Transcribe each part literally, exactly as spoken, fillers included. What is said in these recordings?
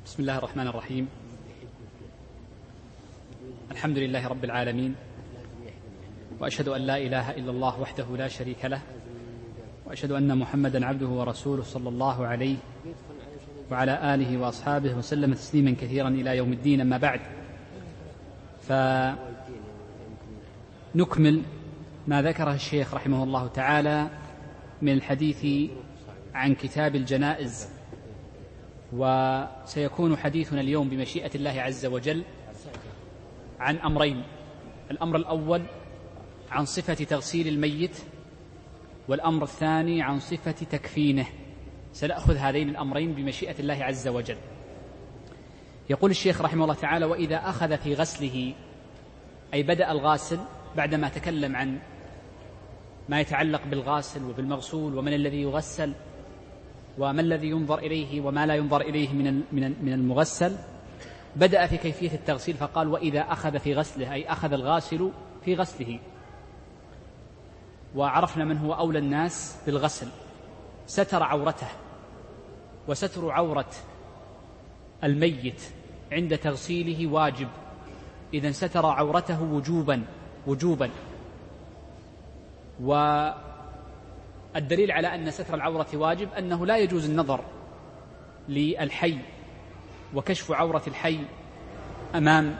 بسم الله الرحمن الرحيم. الحمد لله رب العالمين، وأشهد أن لا إله إلا الله وحده لا شريك له، وأشهد أن محمدا عبده ورسوله صلى الله عليه وعلى آله وأصحابه وسلم تسليما كثيرا إلى يوم الدين. أما بعد، فنكمل ما ذكره الشيخ رحمه الله تعالى من الحديث عن كتاب الجنائز، وسيكون حديثنا اليوم بمشيئة الله عز وجل عن أمرين. الأمر الأول عن صفة تغسيل الميت، والأمر الثاني عن صفة تكفينه. سنأخذ هذين الأمرين بمشيئة الله عز وجل. يقول الشيخ رحمه الله تعالى: وإذا أخذ في غسله، أي بدأ الغاسل بعدما تكلم عن ما يتعلق بالغاسل وبالمغسول ومن الذي يغسل وما الذي ينظر إليه وما لا ينظر إليه من من المغسل، بدأ في كيفية التغسيل فقال: وإذا أخذ في غسله، أي أخذ الغاسل في غسله. وعرفنا من هو أولى الناس بالغسل، ستر عورته، وستر عورة الميت عند تغسيله واجب، إذن ستر عورته وجوبا وجوبا والدليل على أن ستر العورة واجب أنه لا يجوز النظر للحي وكشف عورة الحي أمام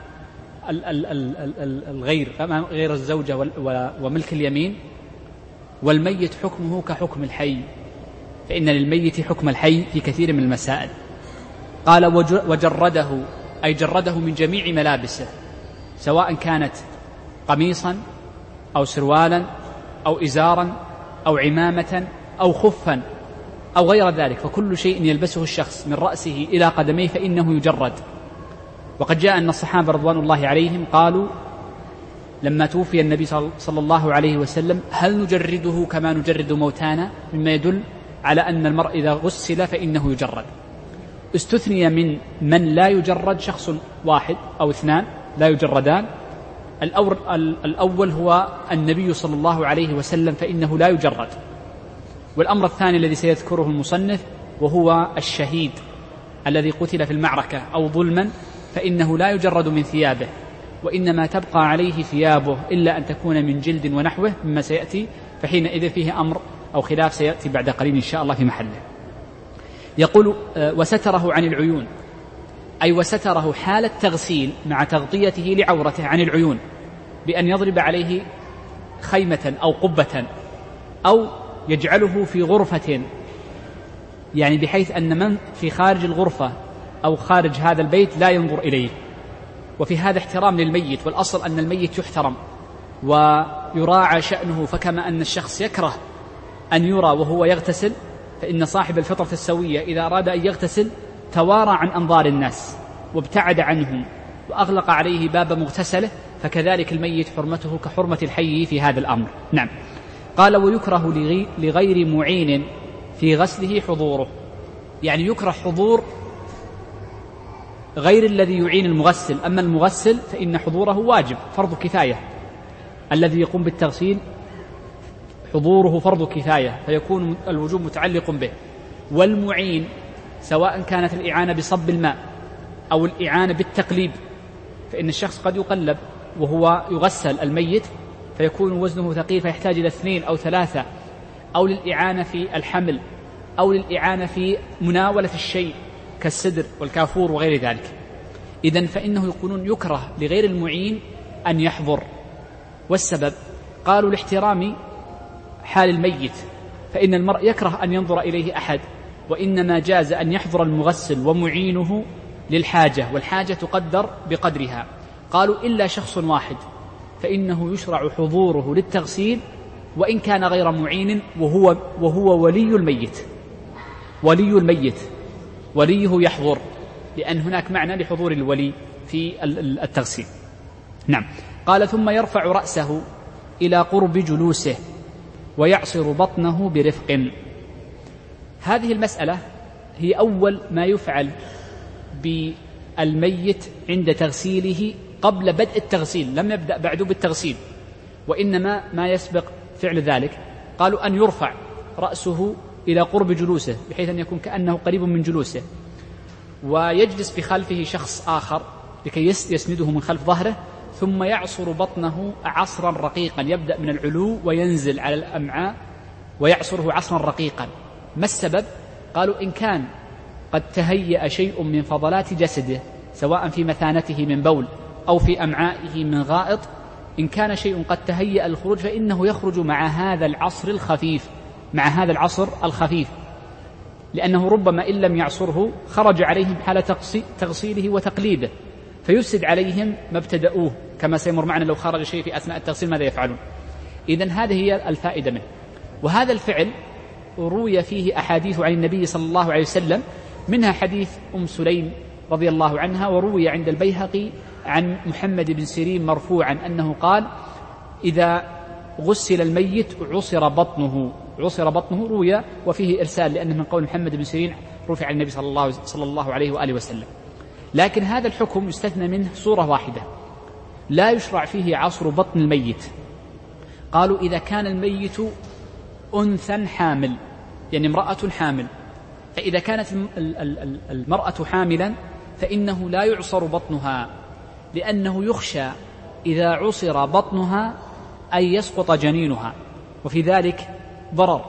الغير، أمام غير الزوجة وملك اليمين. والميت حكمه كحكم الحي، فإن للميت حكم الحي في كثير من المسائل. قال: وجرده، أي جرده من جميع ملابسه، سواء كانت قميصا أو سروالا أو إزارا أو عمامة أو خفا أو غير ذلك، فكل شيء يلبسه الشخص من رأسه إلى قدميه فإنه يجرد. وقد جاء أن الصحابة رضوان الله عليهم قالوا لما توفي النبي صلى الله عليه وسلم: هل نجرده كما نجرد موتانا؟ مما يدل على أن المرء إذا غسل فإنه يجرد. استثني من من لا يجرد شخص واحد أو اثنان لا يجردان. الأول هو النبي صلى الله عليه وسلم، فإنه لا يجرد. والأمر الثاني الذي سيذكره المصنف وهو الشهيد الذي قتل في المعركة أو ظلما، فإنه لا يجرد من ثيابه، وإنما تبقى عليه ثيابه إلا أن تكون من جلد ونحوه مما سيأتي، فحينئذ فيه أمر أو خلاف سيأتي بعد قليل إن شاء الله في محله. يقول: وستره عن العيون، أي وستره حال التغسيل مع تغطيته لعورته عن العيون، بأن يضرب عليه خيمة أو قبة أو يجعله في غرفة، يعني بحيث أن من في خارج الغرفة أو خارج هذا البيت لا ينظر إليه. وفي هذا احترام للميت، والأصل أن الميت يحترم ويراعى شأنه، فكما أن الشخص يكره أن يرى وهو يغتسل، فإن صاحب الفطرة السوية إذا أراد أن يغتسل توارى عن أنظار الناس وابتعد عنهم وأغلق عليه باب مغتسله، فكذلك الميت حرمته كحرمة الحي في هذا الأمر. نعم. قال: ويكره لغير معين في غسله حضوره، يعني يكره حضور غير الذي يعين المغسل. أما المغسل فإن حضوره واجب فرض كفاية، الذي يقوم بالتغسيل حضوره فرض كفاية، فيكون الوجوب متعلق به. والمعين سواء كانت الإعانة بصب الماء أو الإعانة بالتقليب، فإن الشخص قد يقلب وهو يغسل الميت فيكون وزنه ثقيل فيحتاج إلى اثنين أو ثلاثة، أو للإعانة في الحمل، أو للإعانة في مناولة الشيء كالسدر والكافور وغير ذلك. إذن فإنه يكون يكره لغير المعين أن يحضر. والسبب قالوا لاحترام حال الميت، فإن المرء يكره أن ينظر إليه أحد، وإنما جاز أن يحضر المغسل ومعينه للحاجة، والحاجة تقدر بقدرها. قالوا إلا شخص واحد فإنه يشرع حضوره للتغسيل وإن كان غير معين، وهو, وهو ولي الميت. ولي الميت وليه يحضر، لأن هناك معنى لحضور الولي في التغسيل. نعم. قال: ثم يرفع رأسه إلى قرب جلوسه ويعصر بطنه برفق. هذه المسألة هي أول ما يفعل بالميت عند تغسيله قبل بدء التغسيل، لم يبدأ بعد بالتغسيل، وإنما ما يسبق فعل ذلك. قالوا أن يرفع رأسه إلى قرب جلوسه، بحيث أن يكون كأنه قريب من جلوسه، ويجلس بخلفه شخص آخر لكي يسنده من خلف ظهره، ثم يعصر بطنه عصرا رقيقا، يبدأ من العلو وينزل على الأمعاء ويعصره عصرا رقيقا. ما السبب؟ قالوا إن كان قد تهيأ شيء من فضلات جسده سواء في مثانته من بول أو في أمعائه من غائط، إن كان شيء قد تهيأ الخروج فإنه يخرج مع هذا العصر الخفيف مع هذا العصر الخفيف لأنه ربما إن لم يعصره خرج عليهم حال تغسيله وتقليده فيفسد عليهم ما ابتدأوه، كما سيمر معنا لو خرج شيء في أثناء التغسيل ماذا يفعلون. إذن هذه هي الفائدة منه. وهذا الفعل روي فيه أحاديث عن النبي صلى الله عليه وسلم، منها حديث أم سليم رضي الله عنها، وروي عند البيهقي عن محمد بن سيرين مرفوعا أنه قال: إذا غسل الميت عصر بطنه عصر بطنه روي وفيه إرسال لأنه من قول محمد بن سيرين رفع عن النبي صلى الله, صلى الله عليه وآله وسلم. لكن هذا الحكم يستثنى منه صورة واحدة لا يشرع فيه عصر بطن الميت. قالوا إذا كان الميت أنثى حامل، يعني امرأة حامل، فإذا كانت المرأة حاملا فإنه لا يعصر بطنها، لأنه يخشى إذا عصر بطنها أن يسقط جنينها، وفي ذلك ضرر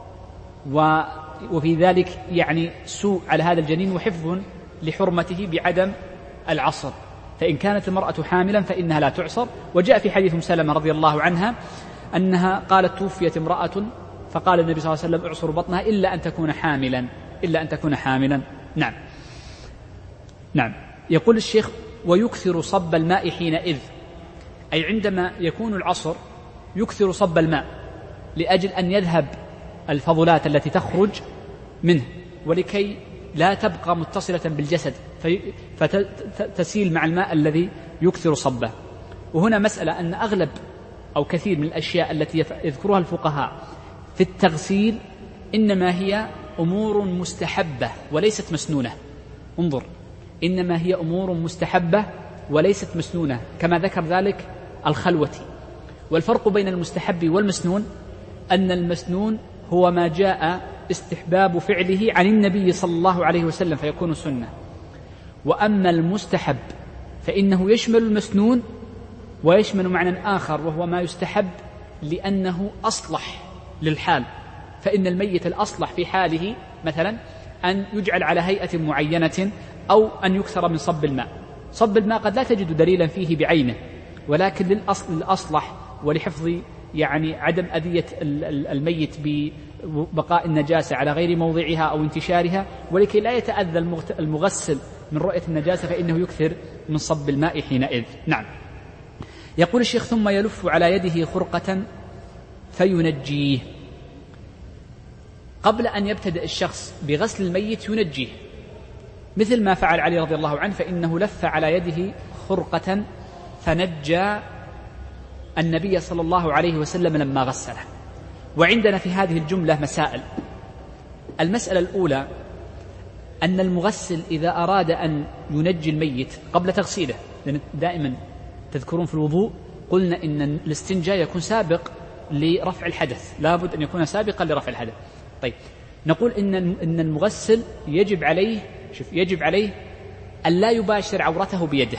وفي ذلك يعني سوء على هذا الجنين وحفظ لحرمته بعدم العصر. فإن كانت المرأة حاملا فإنها لا تعصر. وجاء في حديث سلمة رضي الله عنها أنها قالت: توفيت امرأة فقال النبي صلى الله عليه وسلم: اعصر بطنها إلا أن تكون حاملا إلا أن تكون حاملا. نعم نعم. يقول الشيخ: ويكثر صب الماء حينئذ، أي عندما يكون العصر يكثر صب الماء لأجل أن يذهب الفضلات التي تخرج منه ولكي لا تبقى متصلة بالجسد فتسيل مع الماء الذي يكثر صبه. وهنا مسألة أن أغلب أو كثير من الأشياء التي يذكرها الفقهاء في التغسيل إنما هي أمور مستحبة وليست مسنونة. انظر، إنما هي أمور مستحبة وليست مسنونة، كما ذكر ذلك الخلوتي. والفرق بين المستحب والمسنون أن المسنون هو ما جاء استحباب فعله عن النبي صلى الله عليه وسلم فيكون سنة، وأما المستحب فإنه يشمل المسنون ويشمل معنى آخر وهو ما يستحب لأنه أصلح للحال. فإن الميت الأصلح في حاله مثلا أن يجعل على هيئة معينة أو أن يكثر من صب الماء. صب الماء قد لا تجد دليلا فيه بعينه، ولكن للأصل الأصلح ولحفظ يعني عدم أذية الميت ببقاء النجاسة على غير موضعها أو انتشارها، ولكي لا يتأذى المغسل من رؤية النجاسة فإنه يكثر من صب الماء حينئذ. نعم. يقول الشيخ: ثم يلف على يده خرقة فينجيه. قبل أن يبتدأ الشخص بغسل الميت ينجيه، مثل ما فعل علي رضي الله عنه، فإنه لف على يده خرقة فنجى النبي صلى الله عليه وسلم لما غسله. وعندنا في هذه الجملة مسائل. المسألة الأولى أن المغسل إذا أراد أن ينجي الميت قبل تغسيله، لأن دائما تذكرون في الوضوء قلنا إن الاستنجاء يكون سابق لرفع الحدث، لا بد أن يكون سابقا لرفع الحدث. طيب، نقول إن إن المغسل يجب عليه شوف يجب عليه أن لا يباشر عورته بيده،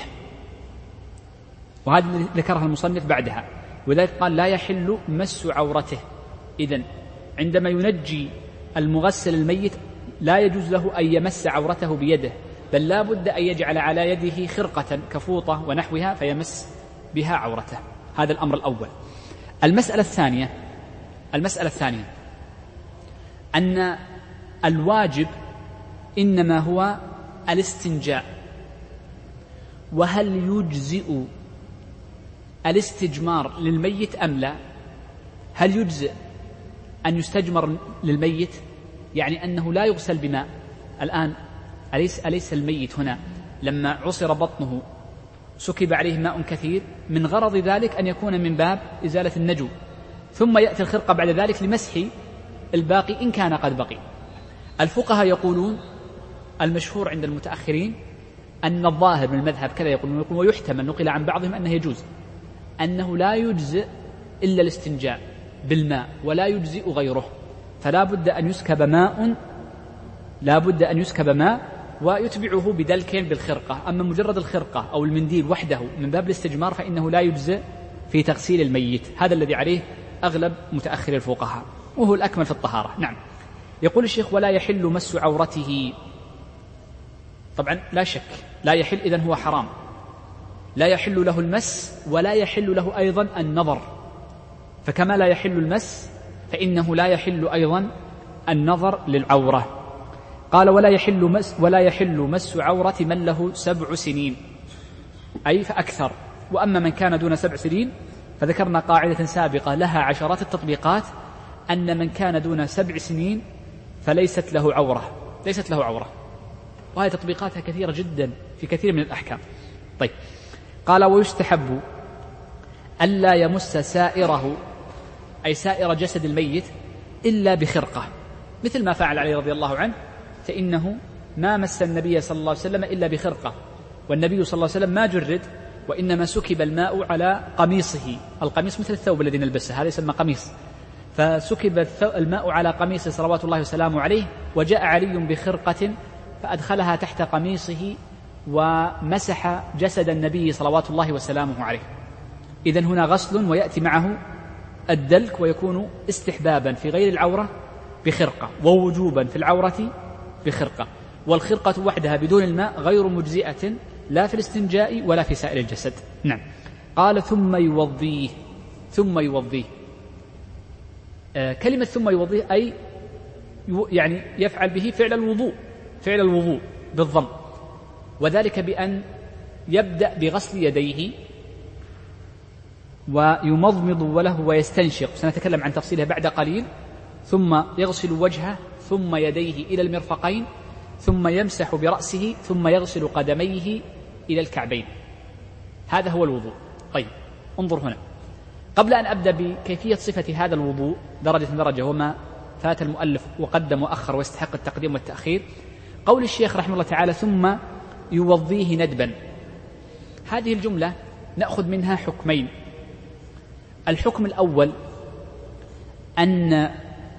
وهذا ذكرها المصنف بعدها، وذلك قال: لا يحل مس عورته. إذن عندما ينجي المغسل الميت لا يجوز له أن يمس عورته بيده، بل لا بد أن يجعل على يده خرقة كفوطة ونحوها فيمس بها عورته. هذا الأمر الأول. المسألة الثانية المسألة الثانية أن الواجب إنما هو الاستنجاء. وهل يجزئ الاستجمار للميت أم لا؟ هل يجزئ أن يستجمر للميت، يعني أنه لا يغسل بماء؟ الآن أليس, أليس الميت هنا لما عصر بطنه سكب عليه ماء كثير من غرض ذلك أن يكون من باب إزالة النجو، ثم يأتي الخرقة بعد ذلك لمسح الباقي إن كان قد بقي. الفقهاء يقولون المشهور عند المتأخرين أن الظاهر من المذهب كذا يقولون، ويحتمل نقل عن بعضهم أنه يجوز، أنه لا يجزئ إلا الاستنجاء بالماء ولا يجزئ غيره، فلا بد أن يسكب ماء لا بد أن يسكب ماء ويتبعه بدلك بالخرقة. أما مجرد الخرقة أو المنديل وحده من باب الاستجمار فإنه لا يجزئ في تغسيل الميت. هذا الذي عليه أغلب متأخر الفقهاء وهو الأكمل في الطهارة. نعم. يقول الشيخ ولا يحل مس عورته. طبعا لا شك لا يحل، إذن هو حرام، لا يحل له المس ولا يحل له أيضا النظر. فكما لا يحل المس فإنه لا يحل أيضا النظر للعورة. قال ولا يحل مس ولا يحل مس عورة من له سبع سنين أي فأكثر. وأما من كان دون سبع سنين فذكرنا قاعدة سابقة لها عشرات التطبيقات أن من كان دون سبع سنين فليست له عورة، ليست له عورة، وهذه تطبيقاتها كثيرة جدا في كثير من الأحكام. طيب قال ويستحب ألا يمس سائره أي سائر جسد الميت إلا بخرقة، مثل ما فعل علي رضي الله عنه، فإنه ما مس النبي صلى الله عليه وسلم إلا بخرقة، والنبي صلى الله عليه وسلم ما جرد وإنما سكب الماء على قميصه. القميص مثل الثوب الذي نلبسه، هذا يسمى قميص، فسكب الماء على قميصه صلوات الله وسلامه عليه، وجاء علي بخرقة فأدخلها تحت قميصه ومسح جسد النبي صلوات الله وسلامه عليه. إذن هنا غسل ويأتي معه الدلك، ويكون استحبابا في غير العورة بخرقة ووجوبا في العورة بخرقة. والخرقة وحدها بدون الماء غير مجزئة لا في الاستنجاء ولا في سائر الجسد. نعم. قال ثم يوضيه. ثم يوضيه آه كلمة ثم يوضيه أي يعني يفعل به فعل الوضوء، فعل الوضوء بالضم، وذلك بأن يبدأ بغسل يديه ويمضمض وله ويستنشق، سنتكلم عن تفصيلها بعد قليل، ثم يغسل وجهه ثم يديه إلى المرفقين، ثم يمسح برأسه، ثم يغسل قدميه إلى الكعبين. هذا هو الوضوء. طيب انظر هنا، قبل أن أبدأ بكيفية صفة هذا الوضوء درجة درجة وما فات المؤلف وقدم وأخر ويستحق التقديم والتأخير، قول الشيخ رحمه الله تعالى ثم يوضيه ندبا، هذه الجملة نأخذ منها حكمين. الحكم الأول أن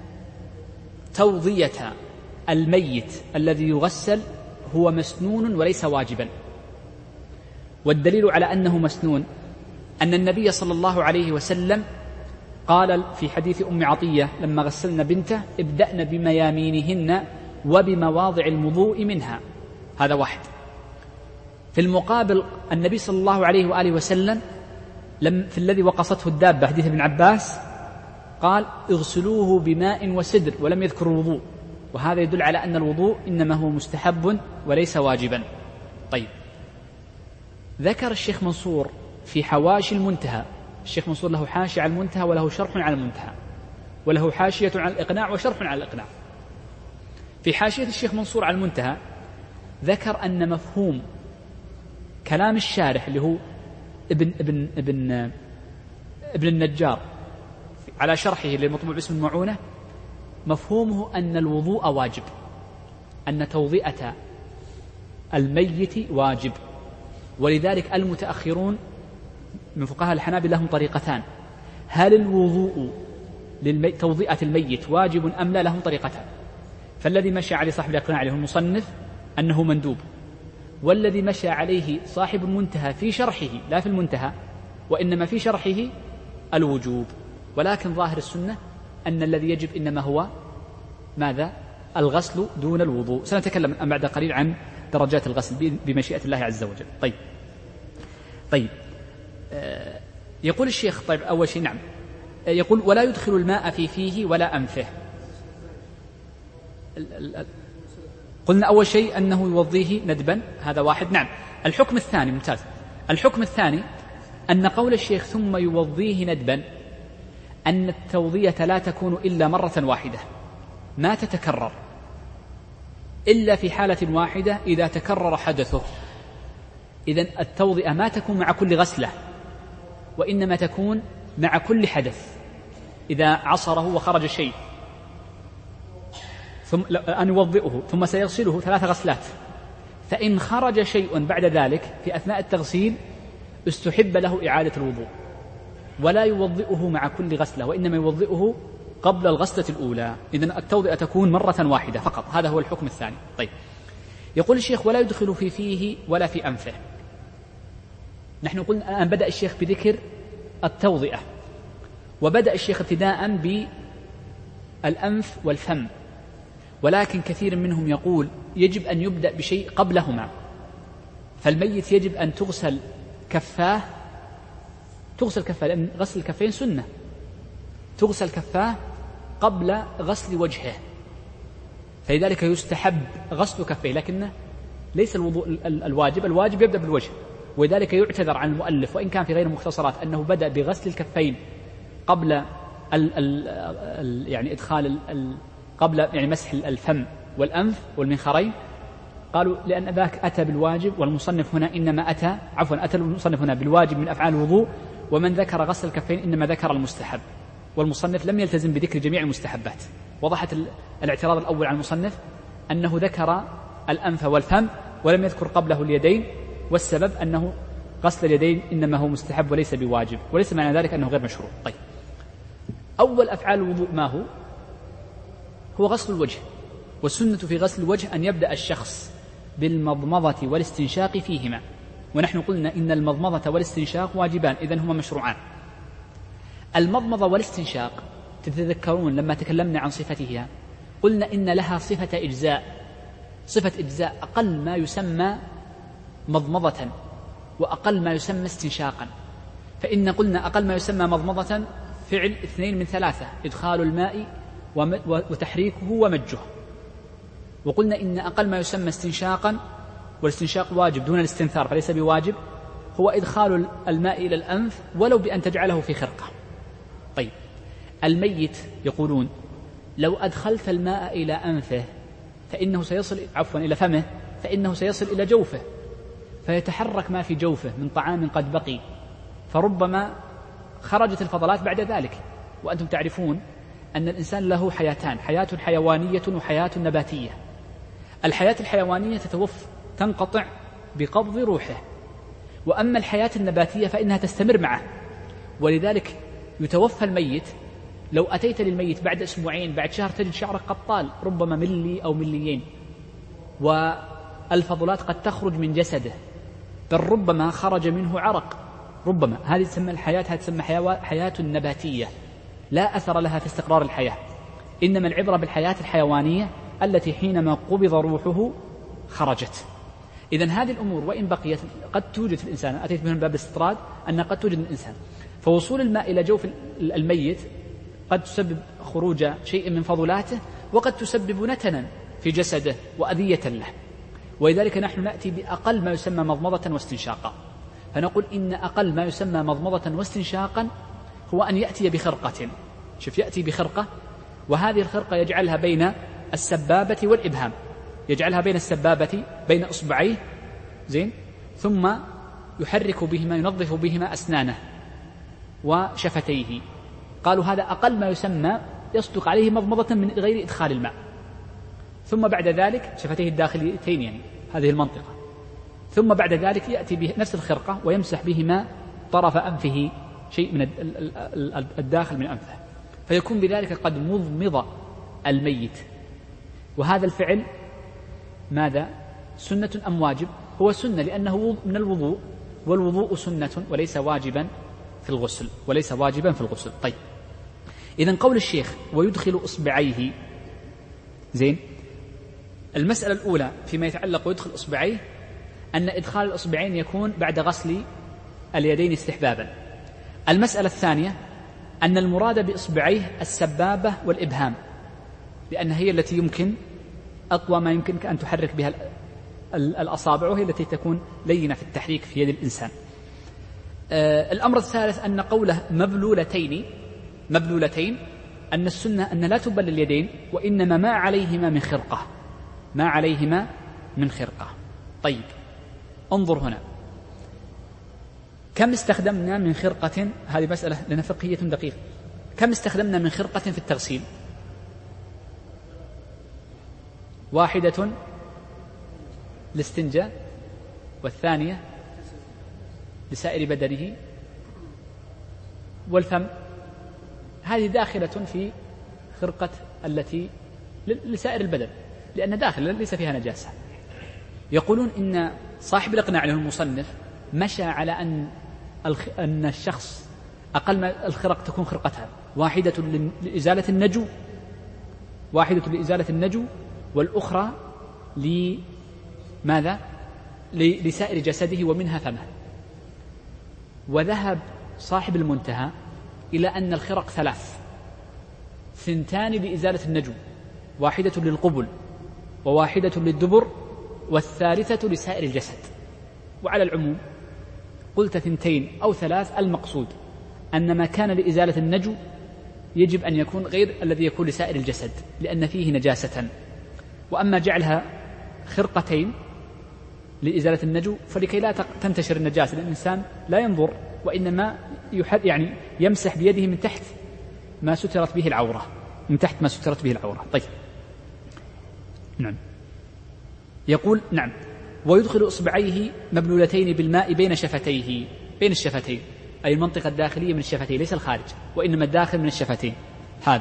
توضية الميت الذي يغسل هو مسنون وليس واجبا، والدليل على أنه مسنون أن النبي صلى الله عليه وسلم قال في حديث أم عطية لما غسلنا بنته ابدأن بميامينهن وبمواضع الوضوء منها. هذا واحد. في المقابل النبي صلى الله عليه وآله وسلم لم في الذي وقصته الدابة حديث ابن عباس قال اغسلوه بماء وسدر ولم يذكر الوضوء، وهذا يدل على أن الوضوء إنما هو مستحب وليس واجبا. طيب ذكر الشيخ منصور في حواشي المنتهى، الشيخ منصور له حاشية على المنتهى وله شرح على المنتهى وله حاشية على الإقناع وشرح على الإقناع. في حاشية الشيخ منصور على المنتهى ذكر أن مفهوم كلام الشارح اللي هو ابن, ابن, ابن, ابن النجار على شرحه للمطبوع باسم المعونة، مفهومه أن الوضوء واجب، أن توضئة الميت واجب. ولذلك المتأخرون من فقهاء الحنابلة لهم طريقتان، هل الوضوء لتوضئة الميت واجب أم لا؟ لهم طريقتان. فالذي مشى عليه صاحب الإقناع عليه المصنف أنه مندوب، والذي مشى عليه صاحب المنتهى في شرحه لا في المنتهى وإنما في شرحه الوجوب. ولكن ظاهر السنة أن الذي يجب إنما هو ماذا؟ الغسل دون الوضوء. سنتكلم بعد قليل عن درجات الغسل بمشيئة الله عز وجل. طيب طيب آه يقول الشيخ طيب أول شيء نعم آه يقول ولا يدخل الماء في فيه ولا أنفه. قلنا أول شيء أنه يوضيه ندبا، هذا واحد. نعم. الحكم الثاني ممتاز. الحكم الثاني أن قول الشيخ ثم يوضيه ندبا أن التوضية لا تكون إلا مرة واحدة، ما تتكرر إلا في حالة واحدة إذا تكرر حدثه. إذن التوضئة ما تكون مع كل غسلة، وإنما تكون مع كل حدث. إذا عصره وخرج شيء ثم أن يوضئه ثم سيغسله ثلاث غسلات، فإن خرج شيء بعد ذلك في أثناء التغسيل استحب له إعادة الوضوء، ولا يوضئه مع كل غسلة، وإنما يوضئه قبل الغسلة الأولى. إذن التوضئة تكون مرة واحدة فقط. هذا هو الحكم الثاني. طيب يقول الشيخ: ولا يدخل في فيه ولا في أنفه. نحن قلنا الآن بدأ الشيخ بذكر التوضئة، وبدأ الشيخ ابتداء بالأنف والفم، ولكن كثير منهم يقول يجب أن يبدأ بشيء قبلهما. فالميت يجب أن تغسل كفاه، تغسل كفاه لأن غسل الكفين سنة، تغسل كفاه قبل غسل وجهه، فلذلك يستحب غسل كفيه، لكنه ليس الوضوء الواجب، الواجب يبدأ بالوجه. ولذلك يعتذر عن المؤلف وإن كان في غير المختصرات أنه بدأ بغسل الكفين قبل ال ال ال يعني إدخال ال ال قبل يعني مسح الفم والأنف والمنخرين. قالوا لأن ذاك أتى بالواجب، والمصنف هنا إنما أتى عفوا أتى المصنف هنا بالواجب من أفعال الوضوء، ومن ذكر غسل الكفين إنما ذكر المستحب، والمصنف لم يلتزم بذكر جميع المستحبات. وضحت الاعتراض الأول على المصنف أنه ذكر الأنف والفم ولم يذكر قبله اليدين، والسبب أنه غسل اليدين إنما هو مستحب وليس بواجب، وليس معنى ذلك أنه غير مشروع. طيب، أول أفعال الوضوء ما هو؟ هو غسل الوجه، والسنة في غسل الوجه أن يبدأ الشخص بالمضمضة والاستنشاق فيهما، ونحن قلنا إن المضمضة والاستنشاق واجبان، إذن هما مشروعان. المضمضة والاستنشاق تتذكرون لما تكلمنا عن صفتها قلنا إن لها صفة إجزاء، صفة إجزاء أقل ما يسمى مضمضة وأقل ما يسمى استنشاقا. فإن قلنا أقل ما يسمى مضمضة فعل اثنين من ثلاثة: إدخال الماء وتحريكه ومجه. وقلنا إن أقل ما يسمى استنشاقا، والاستنشاق واجب دون الاستنثار فليس بواجب، هو إدخال الماء إلى الأنف ولو بأن تجعله في خرقة. طيب، الميت يقولون لو أدخلت الماء إلى أنفه فإنه سيصل عفوا إلى فمه فإنه سيصل إلى جوفه، فيتحرك ما في جوفه من طعام قد بقي، فربما خرجت الفضلات بعد ذلك. وأنتم تعرفون أن الإنسان له حياتان: حياة حيوانية وحياة نباتية. الحياة الحيوانية تتوفى تنقطع بقبض روحه، وأما الحياة النباتية فإنها تستمر معه. ولذلك يتوفى الميت، لو أتيت للميت بعد أسبوعين بعد شهر تجد شعرك قد طال ربما ملي أو مليين، والفضلات قد تخرج من جسده، بل ربما خرج منه عرق، ربما. هذه تسمى الحياة، هذه تسمى حياة نباتية لا أثر لها في استقرار الحياة، إنما العبرة بالحياة الحيوانية التي حينما قبض روحه خرجت. إذن هذه الأمور وإن بقيت قد توجد في الإنسان، أتيت من باب الاستطراد أن قد توجد الإنسان، فوصول الماء إلى جوف الميت قد تسبب خروج شيء من فضلاته، وقد تسبب نتنا في جسده وأذية له. ولذلك نحن نأتي بأقل ما يسمى مضمضة واستنشاقا، فنقول إن أقل ما يسمى مضمضة واستنشاقا هو أن يأتي بخرقة. شوف، يأتي بخرقة، وهذه الخرقة يجعلها بين السبابة والإبهام، يجعلها بين السبابة بين إصبعيه زين، ثم يحرك بهما ينظف بهما أسنانه وشفتيه. قالوا هذا أقل ما يسمى يصدق عليه مضمضة من غير إدخال الماء. ثم بعد ذلك شفتيه الداخليتين يعني هذه المنطقة، ثم بعد ذلك يأتي بنفس الخرقة ويمسح بهما طرف أنفه، شيء من الداخل من أنفه، فيكون بذلك قد مضمض الميت. وهذا الفعل ماذا؟ سنة أم واجب؟ هو سنة لأنه من الوضوء، والوضوء سنة وليس واجبا في الغسل، وليس واجبا في الغسل. طيب، إذن قول الشيخ ويدخل إصبعيه زين، المسألة الأولى فيما يتعلق ويدخل إصبعيه أن إدخال الإصبعين يكون بعد غسل اليدين استحبابا. المسألة الثانية أن المراد بإصبعيه السبابة والإبهام، لأن هي التي يمكن أقوى ما يمكنك أن تحرك بها الأصابع، وهي التي تكون لينة في التحريك في يد الإنسان. آه الأمر الثالث أن قوله مبلولتين مبلولتين أن السنة أن لا تبل اليدين، وإنما ما عليهما من خرقة، ما عليهما من خرقة. طيب، انظر هنا كم استخدمنا من خرقة، هذه مسألة لنا فقهية دقيقة، كم استخدمنا من خرقة في التغسيل؟ واحدة الاستنجاء، والثانية لسائر بدنه، والفم هذه داخلة في خرقة التي لسائر البدن، لأن داخل ليس فيها نجاسة. يقولون إن صاحب الإقناع له المصنف مشى على أن أن الشخص أقل ما الخرق تكون خرقتها واحدة لإزالة النجو واحدة لإزالة النجو والأخرى لماذا؟ لسائر جسده ومنها فمه. وذهب صاحب المنتهى إلى أن الخرق ثلاث، ثنتان لإزالة النجو، واحدة للقبل وواحدة للدبر والثالثة لسائر الجسد. وعلى العموم قلت ثنتين أو ثلاث، المقصود أن ما كان لإزالة النجو يجب أن يكون غير الذي يكون لسائر الجسد لأن فيه نجاسة. وأما جعلها خرقتين لإزالة النجو فلكي لا تنتشر النجاسة، لأن الإنسان لا ينظر وإنما يعني يمسح بيده من تحت ما سترت به العورة، من تحت ما سترت به العورة. طيب نعم. يقول نعم ويدخل إصبعيه مبلولتين بالماء بين شفتيه، بين الشفتين أي المنطقة الداخلية من الشفتين، ليس الخارج وإنما الداخل من الشفتين هذا.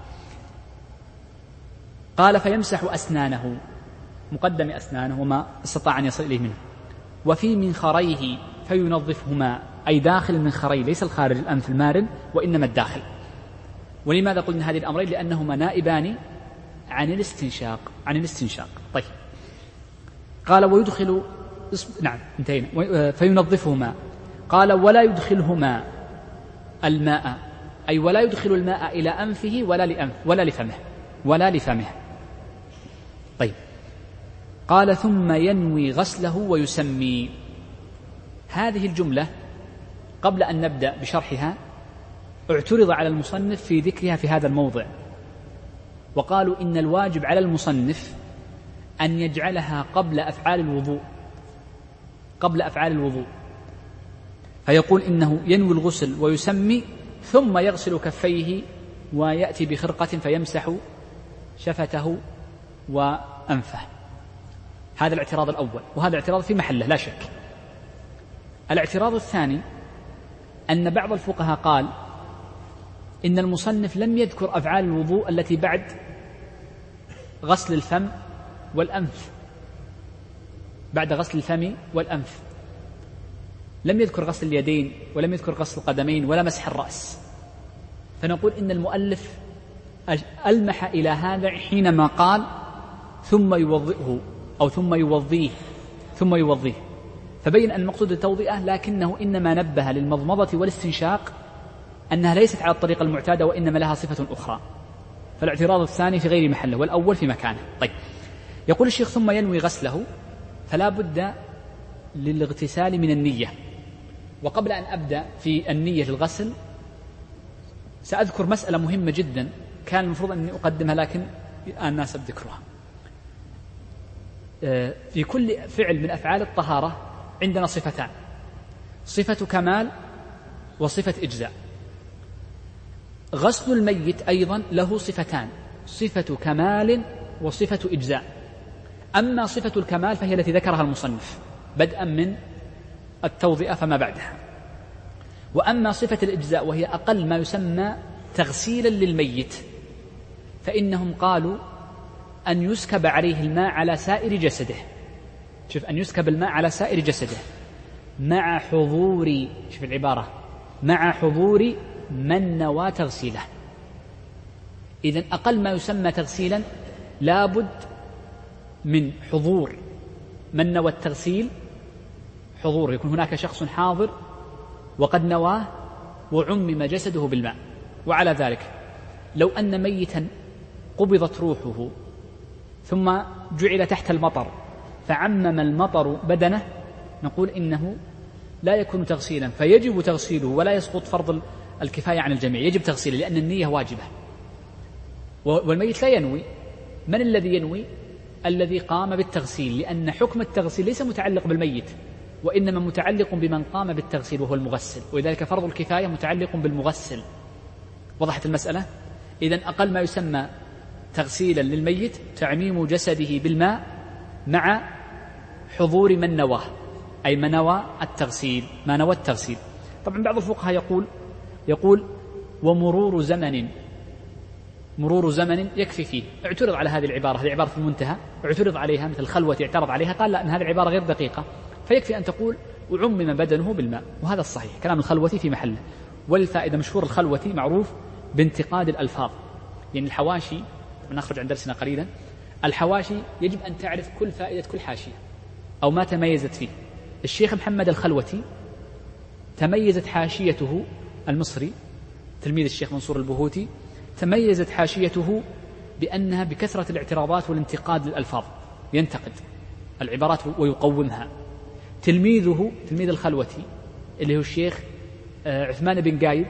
قال فيمسح أسنانه، مقدم أسنانه وما استطاع أن يصل إليه منه، وفي منخريه فينظفهما أي داخل المنخرين، ليس الخارج الأنف المارن وإنما الداخل. ولماذا قلنا هذه الأمرين؟ لأنهما نائبان عن الاستنشاق عن الاستنشاق طيب. قال ويدخل نعم انتهينا. فينظفهما. قال ولا يدخلهما الماء أي ولا يدخل الماء إلى أنفه ولا لأنف ولا لفمه ولا لفمه طيب. قال ثم ينوي غسله ويسمي. هذه الجملة قبل أن نبدأ بشرحها اعترض على المصنف في ذكرها في هذا الموضع، وقالوا إن الواجب على المصنف أن يجعلها قبل أفعال الوضوء قبل أفعال الوضوء فيقول إنه ينوي الغسل ويسمي ثم يغسل كفيه ويأتي بخرقة فيمسح شفته وأنفه. هذا الاعتراض الأول، وهذا الاعتراض في محله لا شك. الاعتراض الثاني أن بعض الفقهاء قال إن المصنف لم يذكر أفعال الوضوء التي بعد غسل الفم والأنف، بعد غسل الفم والأنف لم يذكر غسل اليدين ولم يذكر غسل القدمين ولا مسح الرأس. فنقول إن المؤلف ألمح إلى هذا حينما قال ثم يوضئه أو ثم يوضيه ثم يوضيه فبين أن المقصود التوضئة، لكنه إنما نبه للمضمضة والاستنشاق أنها ليست على الطريقة المعتادة وإنما لها صفة أخرى. فالاعتراض الثاني في غير محله والأول في مكانه. طيب يقول الشيخ ثم ينوي غسله، فلا بد للاغتسال من النية. وقبل أن أبدأ في النية للغسل سأذكر مسألة مهمة جدا كان المفروض أني أقدمها لكن الآن ناسب ذكرها. في كل فعل من أفعال الطهارة عندنا صفتان، صفة كمال وصفة إجزاء. غسل الميت أيضا له صفتان، صفة كمال وصفة إجزاء. أما صفة الكمال فهي التي ذكرها المصنف بدءا من التوضئة فما بعدها. وأما صفة الإجزاء وهي أقل ما يسمى تغسيلا للميت فإنهم قالوا أن يسكب عليه الماء على سائر جسده. شوف، أن يسكب الماء على سائر جسده مع حضور، شوف العبارة، مع حضور من نوى تغسيله. إذن أقل ما يسمى تغسيلا لابد من حضور من نوى التغسيل، حضور يكون هناك شخص حاضر وقد نواه وعمم جسده بالماء. وعلى ذلك لو أن ميتا قبضت روحه ثم جعل تحت المطر فعمم المطر بدنه نقول إنه لا يكون تغسيلا، فيجب تغسيله ولا يسقط فرض الكفاية عن الجميع، يجب تغسيله لأن النية واجبة. والميت لا ينوي. من الذي ينوي؟ الذي قام بالتغسيل، لأن حكم التغسيل ليس متعلق بالميت وإنما متعلق بمن قام بالتغسيل وهو المغسل، ولذلك فرض الكفاية متعلق بالمغسل. وضحت المسألة؟ إذن أقل ما يسمى تغسيلا للميت تعميم جسده بالماء مع حضور من نواه، أي من نوى التغسيل، ما نوى التغسيل. طبعا بعض الفقهاء يقول يقول ومرور زمن مرور زمن يكفي فيه. اعترض على هذه العبارة، هذه عبارة المنتهى، اعترض عليها مثل الخلوة اعترض عليها، قال لا، أن هذه العبارة غير دقيقة، فيكفي أن تقول وعمم بدنه بالماء، وهذا الصحيح، كلام الخلوة في محله. والفائدة مشهور الخلوة معروف بانتقاد الألفاظ، يعني الحواشي، نخرج عن درسنا قليلا، الحواشي يجب أن تعرف كل فائدة كل حاشية أو ما تميزت فيه. الشيخ محمد الخلوتي تميزت حاشيته المصري تلميذ الشيخ منصور البهوتي، تميزت حاشيته بأنها بكثرة الاعتراضات والانتقاد للألفاظ، ينتقد العبارات ويقومها. تلميذه تلميذ الخلوتي اللي هو الشيخ عثمان بن قايد،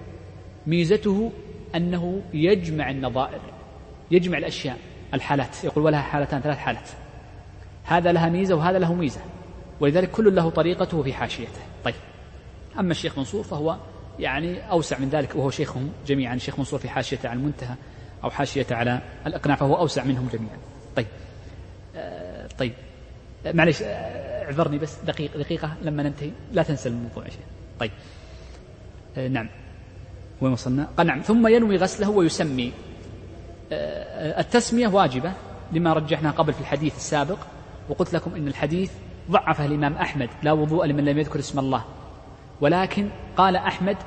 ميزته أنه يجمع النظائر، يجمع الأشياء، الحالات، يقول ولها حالتان ثلاث حالات، هذا لها ميزة وهذا له ميزة، ولذلك كل له طريقته في حاشيته. طيب، أما الشيخ منصور فهو يعني أوسع من ذلك، وهو شيخهم جميعا. الشيخ منصور في حاشيته على المنتهى أو حاشيته على الإقناع فهو أوسع منهم جميعا. طيب آه طيب آه معلش، آه اعذرني بس دقيقة دقيقة لما ننتهي، لا تنسى الموضوع يا شيخ. طيب آه نعم، وين وصلنا؟ قال نعم، ثم ينوي غسله ويسمي. آه التسمية واجبة لما رجحنا قبل في الحديث السابق، وقلت لكم إن الحديث ضعفه الإمام أحمد، لا وضوء لمن لم يذكر اسم الله، ولكن قال أحمد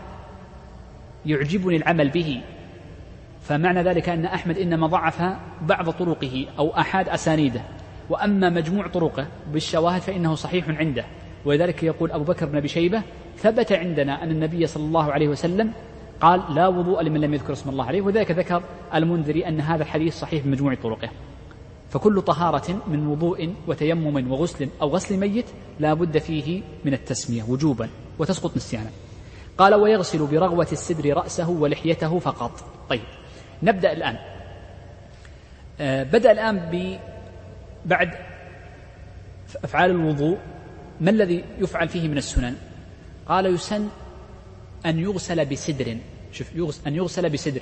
يعجبني العمل به، فمعنى ذلك أن أحمد إنما ضعف بعض طرقه أو أحد أسانيده، وأما مجموع طرقه بالشواهد فإنه صحيح عنده. ولذلك يقول أبو بكر بن أبي شيبة ثبت عندنا أن النبي صلى الله عليه وسلم قال لا وضوء لمن لم يذكر اسم الله عليه، وذلك ذكر المنذري أن هذا الحديث صحيح بمجموع طرقه. فكل طهارة من وضوء وتيمم وغسل أو غسل ميت لا بد فيه من التسمية وجوبا وتسقط نسيانا. قال ويغسل برغوة السدر رأسه ولحيته فقط. طيب، نبدأ الآن. آه بدأ الآن ب بعد أفعال الوضوء ما الذي يفعل فيه من السنن؟ قال يسن أن يغسل بسدر. شوف، يغسل أن يغسل بسدر،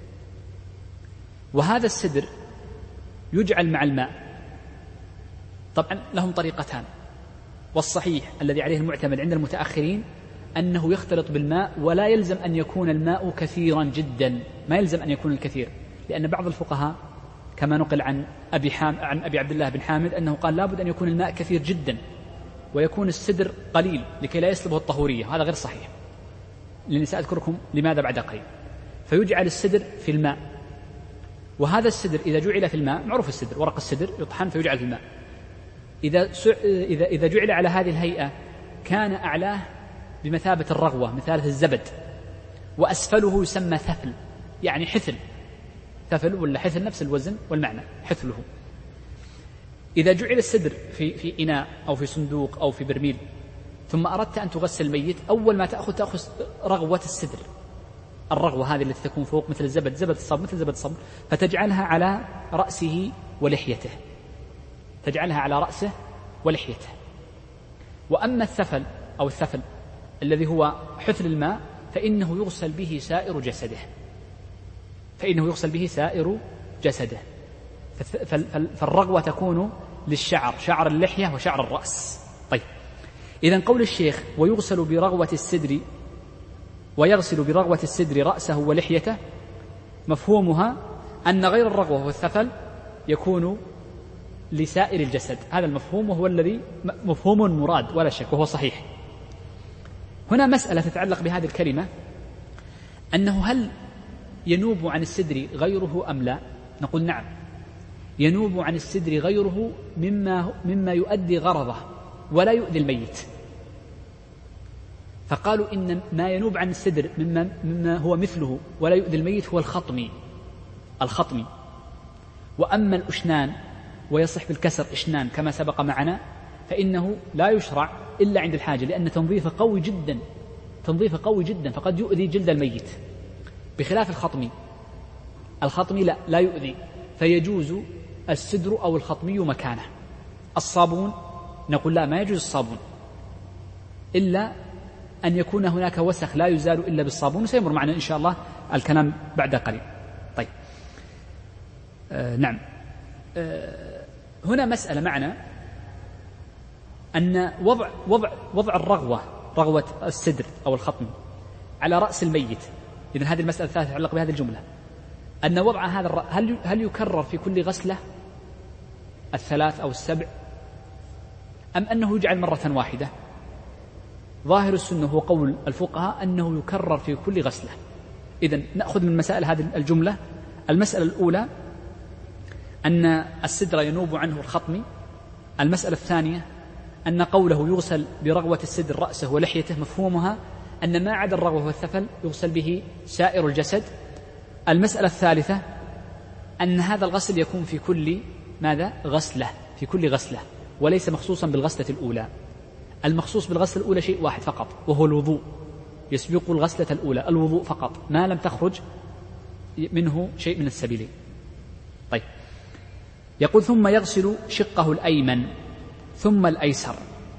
وهذا السدر يجعل مع الماء. طبعا لهم طريقتان، والصحيح الذي عليه المعتمد عند المتأخرين أنه يختلط بالماء، ولا يلزم أن يكون الماء كثيرا جدا، ما يلزم أن يكون الكثير، لأن بعض الفقهاء كما نقل عن أبي, حام عن أبي عبد الله بن حامد أنه قال لابد أن يكون الماء كثير جدا ويكون السدر قليل لكي لا يسلبه الطهورية. هذا غير صحيح، لأني سأذكركم لماذا بعد قليل. فيجعل السدر في الماء، وهذا السدر إذا جعل في الماء، معروف السدر ورق السدر يطحن فيجعل في الماء، إذا إذا إذا جعل على هذه الهيئة كان أعلاه بمثابة الرغوة، مثابة الزبد، وأسفله يسمى ثفل، يعني حثل، ثفل ولا حثل نفس الوزن والمعنى، حثله. إذا جعل السدر في في إناء أو في صندوق أو في برميل، ثم أردت أن تغسل الميت، أول ما تأخذ تأخذ رغوة السدر، الرغوة هذه التي تكون فوق مثل الزبد، زبد الصب مثل زبد الصب، فتجعلها على رأسه ولحيته، تجعلها على رأسه ولحيته. وأما الثفل أو الثفل الذي هو حثل الماء فإنه يغسل به سائر جسده، فإنه يغسل به سائر جسده. فالرغوة تكون للشعر، شعر اللحية وشعر الرأس. طيب، إذن قول الشيخ ويغسل برغوة السدر، ويغسل برغوة السدر رأسه ولحيته، مفهومها أن غير الرغوة والثفل يكون لسائر الجسد. هذا المفهوم وهو الذي مفهوم مراد ولا شك، وهو صحيح. هنا مسألة تتعلق بهذه الكلمة، أنه هل ينوب عن السدر غيره أم لا؟ نقول نعم، ينوب عن السدر غيره مما, مما يؤدي غرضه ولا يؤذي الميت. فقالوا إن ما ينوب عن السدر مما, مما هو مثله ولا يؤذي الميت هو الخطمي الخطمي وأما الأشنان، ويصح بالكسر إشنان كما سبق معنا، فإنه لا يشرع إلا عند الحاجة، لأن تنظيفه قوي جدا، تنظيفه قوي جدا، فقد يؤذي جلد الميت، بخلاف الخطمي. الخطمي لا, لا يؤذي، فيجوز السدر أو الخطمي مكانه. الصابون نقول لا، ما يجوز الصابون إلا أن يكون هناك وسخ لا يزال إلا بالصابون، سيمر معنا إن شاء الله الكلام بعد قليل. طيب آه نعم، آه هنا مسألة معنا أن وضع, وضع, وضع الرغوة، رغوة السدر أو الخطم على رأس الميت. إذن هذه المسألة الثالثة تتعلق بهذه الجملة. أن وضع هذا هل هل يكرر في كل غسلة الثلاث أو السبع، أم أنه يجعل مرة واحدة؟ ظاهر السنة هو قول الفقهاء أنه يكرر في كل غسلة. إذن نأخذ من مسائل هذه الجملة. المسألة الأولى أن السدر ينوب عنه الخطم. المسألة الثانية أن قوله يغسل برغوة السدر رأسه ولحيته مفهومها أن ما عدا الرغوة والثفل يغسل به سائر الجسد. المسألة الثالثة أن هذا الغسل يكون في كل ماذا؟ غسلة، في كل غسلة، وليس مخصوصا بالغسلة الأولى. المخصوص بالغسلة الأولى شيء واحد فقط وهو الوضوء، يسبق الغسلة الأولى الوضوء فقط ما لم تخرج منه شيء من السبيلين. طيب، يقول ثم يغسل شقه الأيمن ثم الأيسر.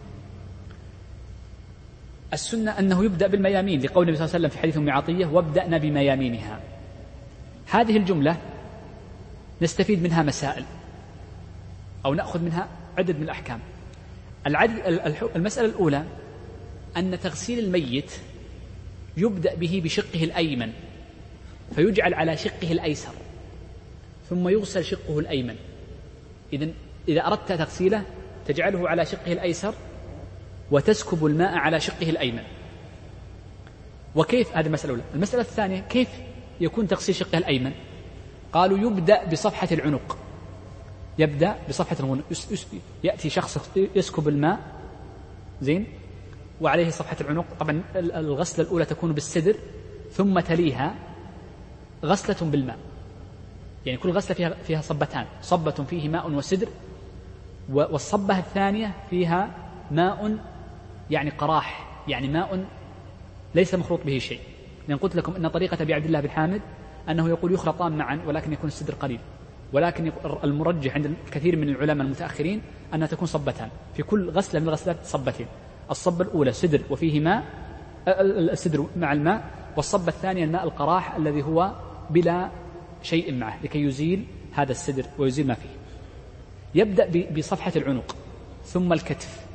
السنة أنه يبدأ بالميامين لقول النبي صلى الله عليه وسلم في حديث أم عطية وابدأنا بميامينها. هذه الجملة نستفيد منها مسائل أو نأخذ منها عدد من الأحكام. المسألة الأولى أن تغسيل الميت يبدأ به بشقه الأيمن فيجعل على شقه الأيسر ثم يغسل شقه الأيمن. إذن إذا أردت تغسيله تجعله على شقه الأيسر وتسكب الماء على شقه الأيمن. وكيف؟ هذه المسألة الأولى. المسألة الثانية كيف يكون تغسيل شقه الأيمن؟ قالوا يبدأ بصفحة العنق، يبدأ بصفحة العنق، يأتي شخص يسكب الماء زين وعليه صفحة العنق. طبعا الغسلة الأولى تكون بالسدر ثم تليها غسلة بالماء، يعني كل غسلة فيها فيها صبتان، صبة فيه ماء وسدر، والصبة الثانية فيها ماء يعني قراح، يعني ماء ليس مخلوط به شيء. لأن قلت لكم أن طريقة أبي عبد الله بن حامد أنه يقول يخلطان معا ولكن يكون السدر قليل، ولكن المرجح عند الكثير من العلماء المتأخرين أنها تكون صبتان، في كل غسلة من الغسلات صبتين. الصبة الأولى سدر وفيه ماء، السدر مع الماء، والصبة الثانية الماء القراح الذي هو بلا شيء معه لكي يزيل هذا السدر ويزيل ما فيه. يبدأ بصفحة العنق ثم الكتف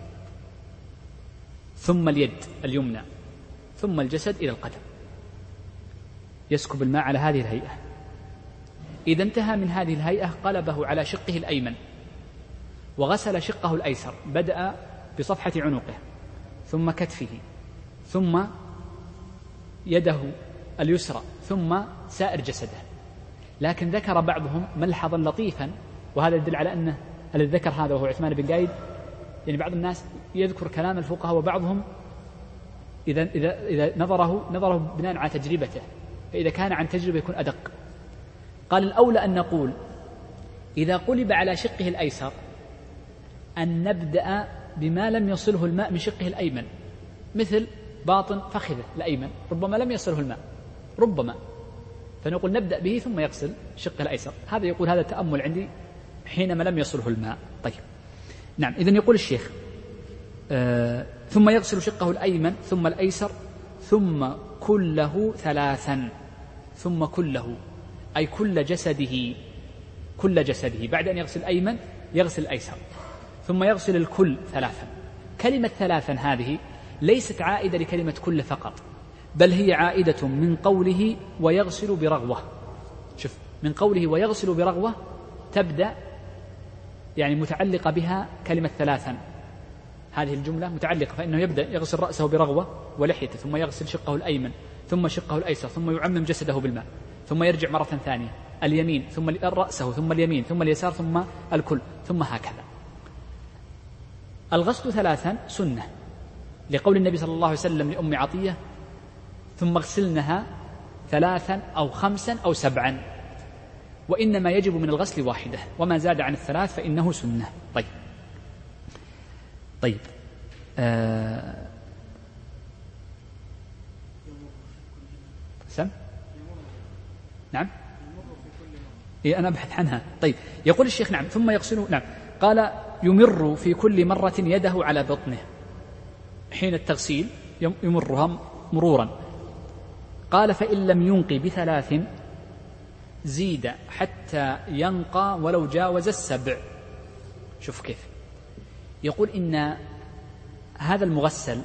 ثم اليد اليمنى ثم الجسد إلى القدم، يسكب الماء على هذه الهيئة. إذا انتهى من هذه الهيئة قلبه على شقه الأيمن وغسل شقه الأيسر، بدأ بصفحة عنقه ثم كتفه ثم يده اليسرى ثم سائر جسده. لكن ذكر بعضهم ملحظا لطيفا، وهذا يدل على أنه الذي ذكر هذا وهو عثمان بن قايد، يعني بعض الناس يذكر كلام الفقهاء وبعضهم إذا, إذا, إذا نظره نظره بناء على تجربته، فإذا كان عن تجربة يكون أدق. قال الأولى أن نقول إذا قلب على شقه الأيسر أن نبدأ بما لم يصله الماء من شقه الأيمن، مثل باطن فخذه الأيمن ربما لم يصله الماء ربما، فنقول نبدأ به ثم يغسل شقه الأيسر. هذا يقول هذا تأمل عندي حينما لم يصله الماء. طيب نعم، إذن يقول الشيخ آه ثم يغسل شقه الأيمن ثم الأيسر ثم كله ثلاثا، ثم كله أي كل جسده، كل جسده بعد أن يغسل الأيمن يغسل الأيسر، ثم يغسل الكل ثلاثا. كلمة ثلاثا هذه ليست عائدة لكلمة كل فقط، بل هي عائدة من قوله ويغسل برغوة. شوف، من قوله ويغسل برغوة تبدأ يعني متعلقة بها كلمة ثلاثا، هذه الجملة متعلقة، فإنه يبدأ يغسل رأسه برغوة ولحيته ثم يغسل شقه الأيمن ثم شقه الأيسر ثم يعمم جسده بالماء ثم يرجع مرة ثانية اليمين ثم رأسه ثم اليمين ثم اليسار ثم الكل ثم هكذا. الغسل ثلاثا سنة لقول النبي صلى الله عليه وسلم لأم عطية ثم اغسلنها ثلاثا أو خمسا أو سبعا، وإنما يجب من الغسل واحدة، وما زاد عن الثلاث فإنه سنة. طيب طيب آه سم نعم إيه أنا أبحث عنها. طيب يقول الشيخ نعم ثم يغسله، نعم قال يمر في كل مرة يده على بطنه حين التغسيل يمرها مرورا. قال فإن لم ينقي بثلاث زيد حتى ينقى ولو جاوز السبع. شوف كيف يقول إن هذا المغسل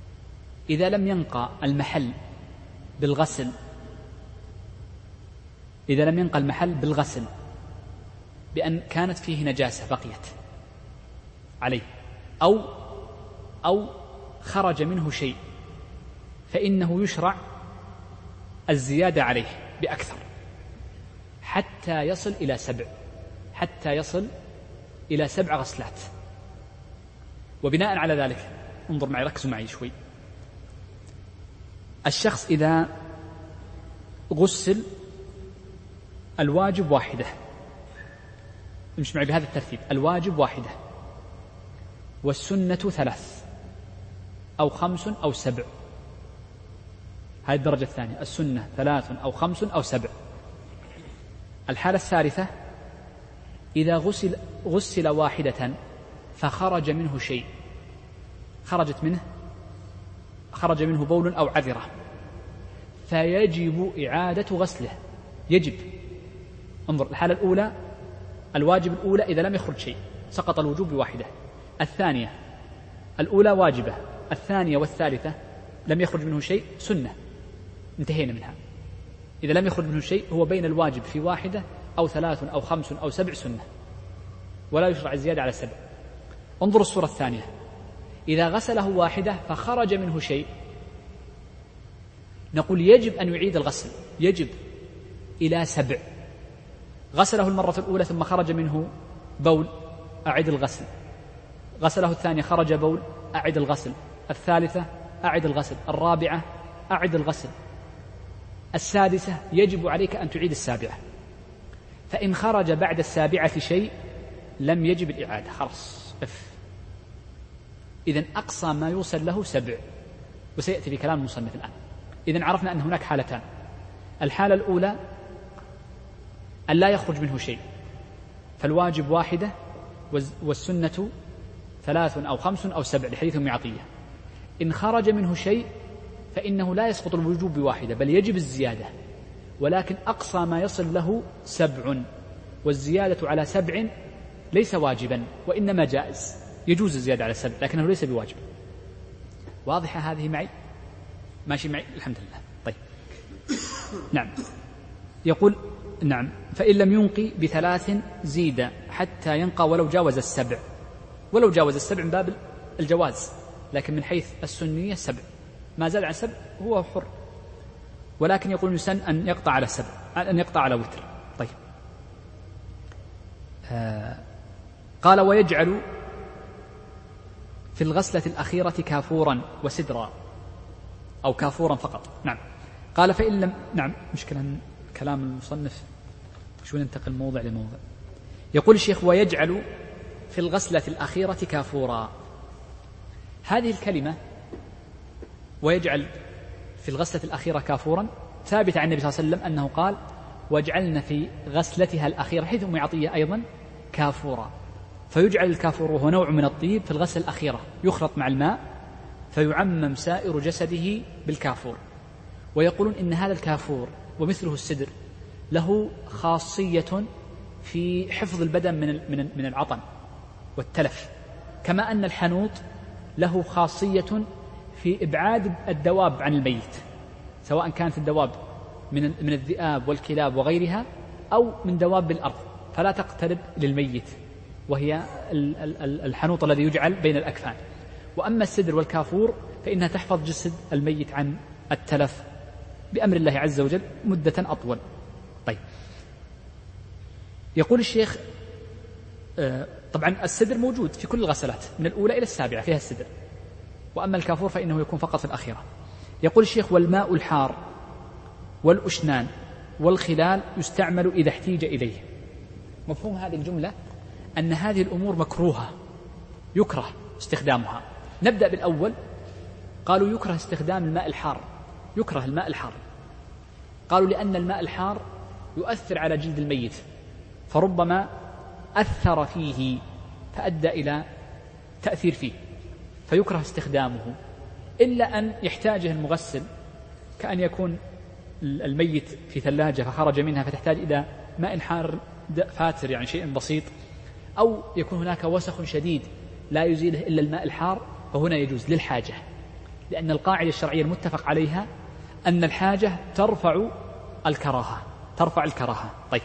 إذا لم ينقى المحل بالغسل إذا لم ينقى المحل بالغسل بأن كانت فيه نجاسة بقيت عليه أو أو خرج منه شيء، فإنه يشرع الزيادة عليه بأكثر حتى يصل إلى سبع حتى يصل إلى سبع غسلات. وبناء على ذلك انظر معي، ركزوا معي شوي. الشخص إذا غسل الواجب واحدة، امشي معي بهذا الترتيب، الواجب واحدة والسنة ثلاث أو خمس أو سبع، هذه الدرجة الثانية، السنة ثلاث أو خمس أو سبع. الحالة الثالثة إذا غسل, غسل واحدة فخرج منه شيء، خرجت منه خرج منه بول أو عذرة، فيجب إعادة غسله، يجب. انظر، الحالة الأولى الواجب الأولى إذا لم يخرج شيء سقط الوجوب بواحدة. الثانية الأولى واجبة، الثانية والثالثة لم يخرج منه شيء سنة، انتهينا منها. إذا لم يخرج منه شيء هو بين الواجب في واحدة أو ثلاث أو خمس أو سبع سنة، ولا يشرع الزيادة على السبع. انظر الصورة الثانية، إذا غسله واحدة فخرج منه شيء، نقول يجب أن يعيد الغسل، يجب إلى سبع. غسله المرة الأولى ثم خرج منه بول، أعد الغسل. غسله الثانية خرج بول، أعد الغسل. الثالثة أعد الغسل. الرابعة أعد الغسل. السادسة يجب عليك أن تعيد السابعة. فإن خرج بعد السابعة شيء لم يجب الإعادة، خلاص اف. إذن أقصى ما يوصل له سبع، وسيأتي في كلام المصنف الآن. إذن عرفنا أن هناك حالتان، الحالة الأولى أن لا يخرج منه شيء، فالواجب واحدة والسنة ثلاث أو خمس أو سبع لحديث أم عطية. إن خرج منه شيء فإنه لا يسقط الوجوب بواحدة بل يجب الزيادة، ولكن أقصى ما يصل له سبع، والزيادة على سبع ليس واجبا وإنما جائز، يجوز الزيادة على سبع لكنه ليس بواجب. واضحة هذه معي؟ ماشي معي؟ الحمد لله. طيب نعم، يقول نعم، فإن لم ينقي بثلاث زيد حتى ينقى ولو جاوز السبع، ولو جاوز السبع من باب الجواز، لكن من حيث السنية سبع، ما زاد عن سبع هو حر، ولكن يقول يسن أن يقطع على سبع، أن يقطع على وتر. طيب آه قال ويجعل في الغسلة الأخيرة كافورا وسدرا، أو كافورا فقط. نعم. قال فإن لم، نعم مشكلة كلام المصنف شو ننتقل موضع لموضع. يقول الشيخ ويجعل في الغسلة الأخيرة كافورا، هذه الكلمة ويجعل في الغسلة الأخيرة كافورا ثابت عن النبي صلى الله عليه وسلم أنه قال واجعلنا في غسلتها الأخيرة، حيث أم عطية أيضا كافورا. فيجعل الكافور وهو نوع من الطيب في الغسلة الأخيرة، يخلط مع الماء فيعمم سائر جسده بالكافور. ويقولون إن هذا الكافور ومثله السدر له خاصية في حفظ البدن من من العطن والتلف، كما أن الحنوط له خاصية في إبعاد الدواب عن الميت، سواء كانت الدواب من من الذئاب والكلاب وغيرها أو من دواب الأرض، فلا تقترب للميت، وهي الحنوط الذي يجعل بين الأكفان. وأما السدر والكافور فإنها تحفظ جسد الميت عن التلف بأمر الله عز وجل مدة أطول. طيب يقول الشيخ طبعا السدر موجود في كل الغسلات من الأولى إلى السابعة فيها السدر، وأما الكافور فإنه يكون فقط في الأخيرة. يقول الشيخ والماء الحار والأشنان والخلال يستعمل إذا احتيج إليه. مفهوم هذه الجملة أن هذه الأمور مكروهة، يكره استخدامها. نبدأ بالأول، قالوا يكره استخدام الماء الحار، يكره الماء الحار. قالوا لأن الماء الحار يؤثر على جلد الميت، فربما أثر فيه فأدى إلى تأثير فيه، فيكره استخدامه، إلا أن يحتاجه المغسل، كأن يكون الميت في ثلاجة فخرج منها فتحتاج إلى ماء حار فاتر، يعني شيء بسيط، أو يكون هناك وسخ شديد لا يزيله إلا الماء الحار، فهنا يجوز للحاجة، لأن القاعدة الشرعية المتفق عليها أن الحاجة ترفع الكراهة، ترفع الكراهة. طيب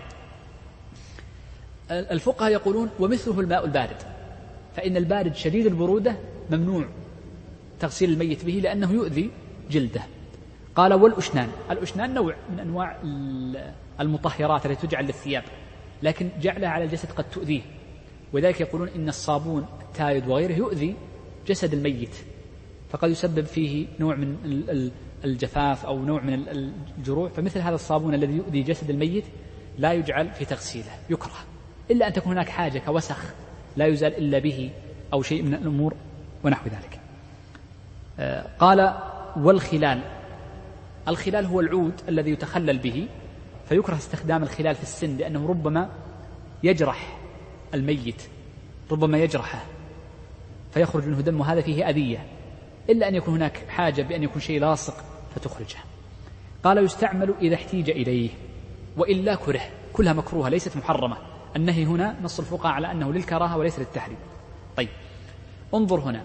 الفقهاء يقولون ومثله الماء البارد، فإن البارد شديد البرودة ممنوع تغسيل الميت به لأنه يؤذي جلده. قال والأشنان، الأشنان نوع من أنواع المطهرات التي تجعل للثياب، لكن جعلها على الجسد قد تؤذيه، وذلك يقولون إن الصابون التايد وغيره يؤذي جسد الميت، فقد يسبب فيه نوع من الجفاف أو نوع من الجروح، فمثل هذا الصابون الذي يؤذي جسد الميت لا يجعل في تغسيله، يكره، إلا أن تكون هناك حاجة كوسخ لا يزال إلا به أو شيء من الأمور ونحو ذلك. قال والخلال، الخلال هو العود الذي يتخلل به، فيكره استخدام الخلال في السن لأنه ربما يجرح الميت، ربما يجرحه فيخرج منه دم، وهذا فيه أذية، إلا أن يكون هناك حاجة بأن يكون شيء لاصق فتخرجه. قال يستعمل إذا احتيج إليه وإلا كره، كلها مكروهة ليست محرمة. النهي هنا نص الفقهاء على أنه للكراهة وليس للتحريم. طيب انظر هنا،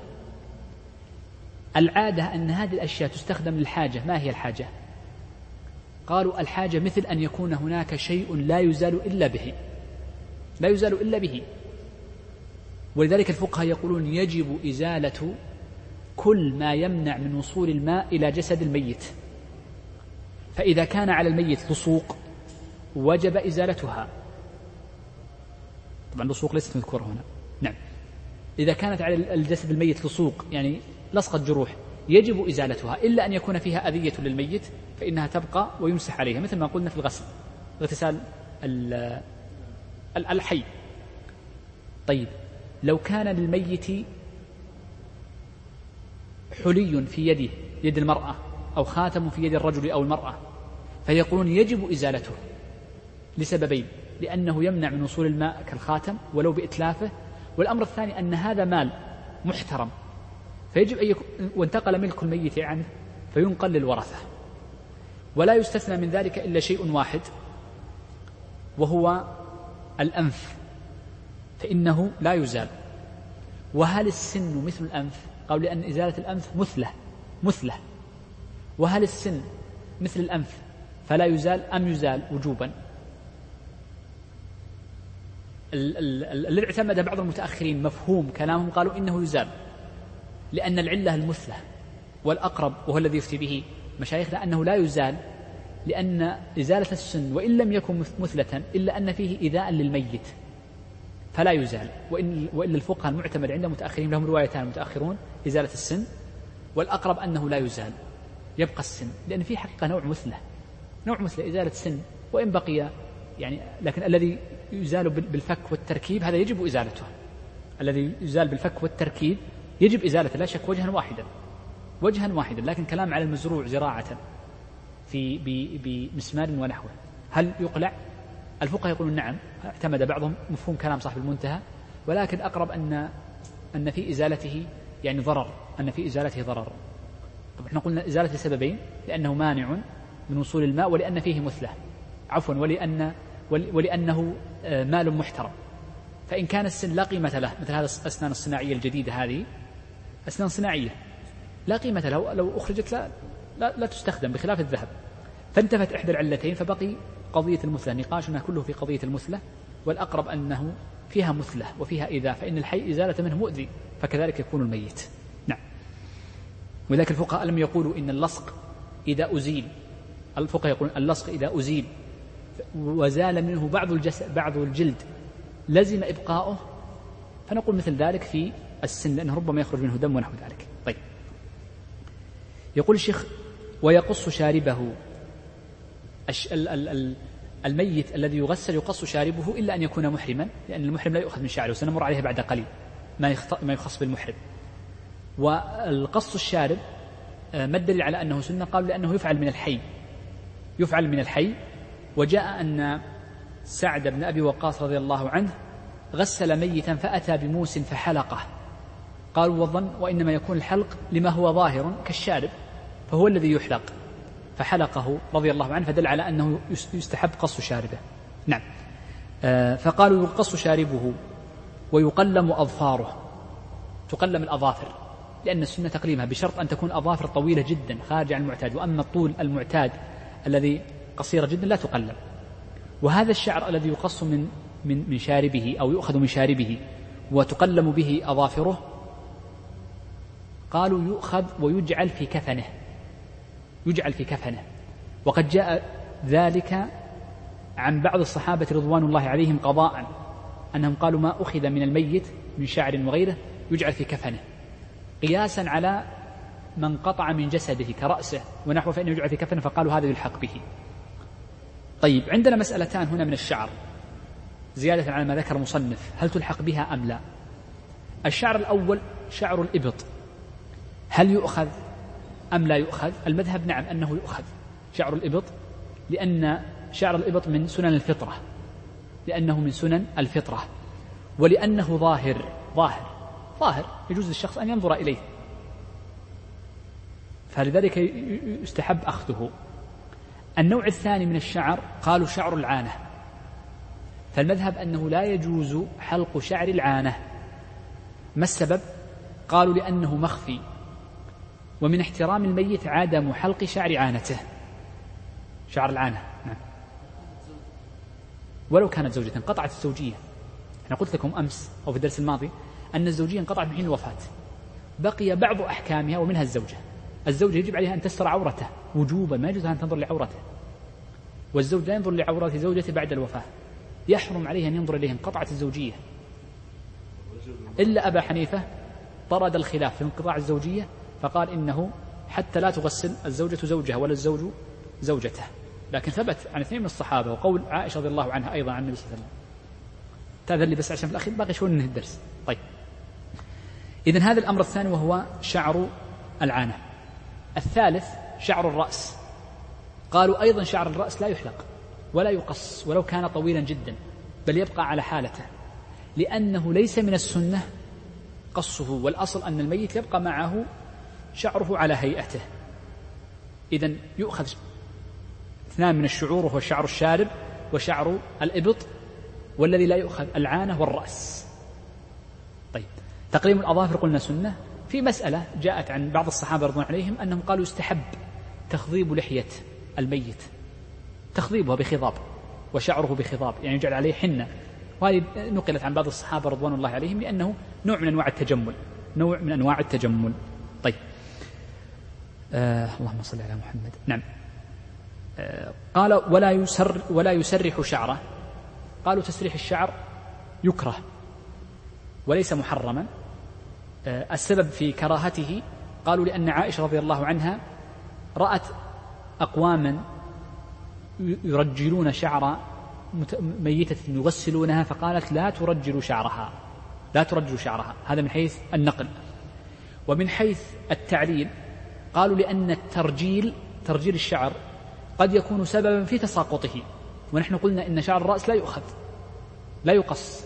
العادة أن هذه الأشياء تستخدم للحاجة. ما هي الحاجة؟ قالوا الحاجة مثل أن يكون هناك شيء لا يزال إلا به، لا يزال إلا به، ولذلك الفقهاء يقولون يجب إزالة كل ما يمنع من وصول الماء إلى جسد الميت. فإذا كان على الميت لصوق وجب إزالتها، طبعا لصوق ليست مذكورة هنا، نعم، إذا كانت على الجسد الميت لصوق يعني لصقت جروح يجب إزالتها، إلا أن يكون فيها أذية للميت فإنها تبقى ويمسح عليها، مثل ما قلنا في الغسل، اغتسال الحي. طيب لو كان للميت حلي في يده، يد المرأة، أو خاتم في يد الرجل أو المرأة، فيقولون يجب إزالته لسببين: لأنه يمنع من وصول الماء كالخاتم ولو بإتلافه، والأمر الثاني أن هذا مال محترم فيجب أن يكون، وانتقل ملك الميت عنه فينقل للورثة. ولا يستثنى من ذلك إلا شيء واحد وهو الأنف، فإنه لا يزال. وهل السن مثل الأنف؟ قالوا لأن إزالة الأنف مثلة مثلة وهل السن مثل الأنف فلا يزال أم يزال وجوبا؟ الذي اعتمد بعض المتأخرين مفهوم كلامهم قالوا إنه يزال، لأن العلة المثلة، والأقرب وهو الذي يفتي به مشايخنا أنه لا يزال، لأن إزالة السن وإن لم يكن مثلة إلا أن فيه إيذاء للميت فلا يزال. وإن وإلا الفقهاء المعتمد عند متأخرين لهم روايتان متأخرون: إزالة السن، والأقرب أنه لا يزال، يبقى السن، لأن فيه حقيقة نوع مثلة، نوع مثلة إزالة السن وإن بقي يعني، لكن الذي يزال بالفك والتركيب هذا يجب إزالته، الذي يزال بالفك والتركيب يجب إزالته لا شك وجها واحدا وجها واحدا لكن كلام على المزروع زراعة في بمسمار ونحوه هل يقلع؟ الفقهاء يقولون نعم، اعتمد بعضهم مفهوم كلام صاحب المنتهى، ولكن أقرب أن أن في إزالته يعني ضرر، أن في إزالته ضرر. طبعا احنا قلنا إزالة لسببين: لأنه مانع من وصول الماء، ولأن فيه مثلة، عفوا ولأن ولأنه مال محترم. فإن كان السن لا قيمة له، مثل هذا الأسنان الصناعية الجديدة، هذه أسنان صناعية لا قيمة له، لو أخرجت لا, لا, لا تستخدم بخلاف الذهب، فانتفت إحدى العلتين فبقي قضية المثلة. نقاشنا كله في قضية المثلة، والأقرب أنه فيها مثلة وفيها إيذاء، فإن الحي إزالة منه مؤذي، فكذلك يكون الميت. نعم. ولذلك الفقهاء لم يقولوا إن اللصق إذا أزيل، الفقهاء يقولون اللصق إذا أزيل وزال منه بعض الجسد بعض الجلد لزم إبقاؤه، فنقول مثل ذلك في السن، لأنه ربما يخرج منه دم ونحو ذلك. طيب، يقول الشيخ: ويقص شاربه، الميت الذي يغسل يقص شاربه إلا أن يكون محرما، لأن المحرم لا يؤخذ من شعره، سنمر عليها بعد قليل ما يخص بالمحرم. والقص الشارب ما الدليل على أنه سنة؟ قالوا لأنه يفعل من الحي، يفعل من الحي. وجاء أن سعد بن أبي وقاص رضي الله عنه غسل ميتا فأتى بموس فحلقه، قالوا والظن وإنما يكون الحلق لما هو ظاهر كالشارب، فهو الذي يحلق، فحلقه رضي الله عنه، فدل على أنه يستحب قص شاربه. نعم. آه فقالوا يقص شاربه ويقلم أظفاره، تقلم الأظافر، لأن السنة تقليمها بشرط أن تكون أظافر طويلة جدا خارج عن المعتاد، وأما الطول المعتاد الذي قصيرة جدا لا تقلم. وهذا الشعر الذي يقص من من من شاربه أو يؤخذ من شاربه وتقلم به أظافره، قالوا يؤخذ ويجعل في كفنه، يجعل في كفنه. وقد جاء ذلك عن بعض الصحابة رضوان الله عليهم قضاء، أنهم قالوا ما أخذ من الميت من شعر وغيره يجعل في كفنه، قياسا على من قطع من جسده كرأسه ونحوه فإنه يجعل في كفنه، فقالوا هذا يلحق به. طيب، عندنا مسألتان هنا من الشعر زيادة على ما ذكر المصنف، هل تلحق بها أم لا؟ الشعر الأول شعر الإبط، هل يؤخذ أم لا يؤخذ؟ المذهب نعم أنه يؤخذ شعر الإبط، لأن شعر الإبط من سنن الفطرة، لأنه من سنن الفطرة، ولأنه ظاهر ظاهر ظاهر يجوز للشخص أن ينظر إليه، فلذلك يستحب أخذه. النوع الثاني من الشعر قالوا شعر العانة، فالمذهب أنه لا يجوز حلق شعر العانة. ما السبب؟ قالوا لأنه مخفي، ومن احترام الميت عدم حلق شعر عانته، شعر العانة. نعم. ولو كانت زوجة انقطعت الزوجية، أنا قلت لكم أمس أو في الدرس الماضي أن الزوجية انقطعت بحين الوفاة، بقي بعض أحكامها ومنها الزوجة. الزوجة يجب عليها أن تستر عورته وجوبا، ما يجوز أن تنظر لعورته، والزوج لا ينظر لعورات زوجته بعد الوفاة، يحرم عليه أن ينظر إليه، انقطعت الزوجية. إلا أبا حنيفة طرد الخلاف في انقطاع الزوجية، فقال إنه حتى لا تغسل الزوجة زوجها ولا الزوج زوجته، لكن ثبت عن اثنين من الصحابة وقول عائشة رضي الله عنها أيضا عن النبي صلى الله عليه وسلم. تأذن لي بس عشان في الأخير باقي شوي من الدرس. طيب، إذن هذا الأمر الثاني وهو شعر العانة. الثالث شعر الرأس، قالوا أيضا شعر الرأس لا يحلق ولا يقص ولو كان طويلا جدا، بل يبقى على حالته، لأنه ليس من السنة قصه، والأصل أن الميت يبقى معه شعره على هيئته. إذن يؤخذ اثنان من الشعور، وهو شعر الشارب وشعر الإبط، والذي لا يؤخذ العانة والرأس. طيب، تقليم الأظافر قلنا سنة. في مسألة جاءت عن بعض الصحابة رضوان عليهم أنهم قالوا يستحب تخضيب لحية الميت، تخضيبها بخضاب وشعره بخضاب، يعني يجعل عليه حنة، وهذه نقلت عن بعض الصحابة رضوان الله عليهم لأنه نوع من أنواع التجمل، نوع من أنواع التجمل. طيب، آه اللهم صل على محمد. نعم. آه قال ولا يسر ولا يسرح شعره، قالوا تسريح الشعر يكره وليس محرما. آه السبب في كراهته قالوا لأن عائشة رضي الله عنها رأت أقواما يرجلون شعر ميتة يغسلونها، فقالت لا ترجلوا شعرها، لا ترجلوا شعرها. هذا من حيث النقل. ومن حيث التعليل قالوا لأن الترجيل، ترجيل الشعر، قد يكون سببا في تساقطه، ونحن قلنا إن شعر الرأس لا يؤخذ لا يقص،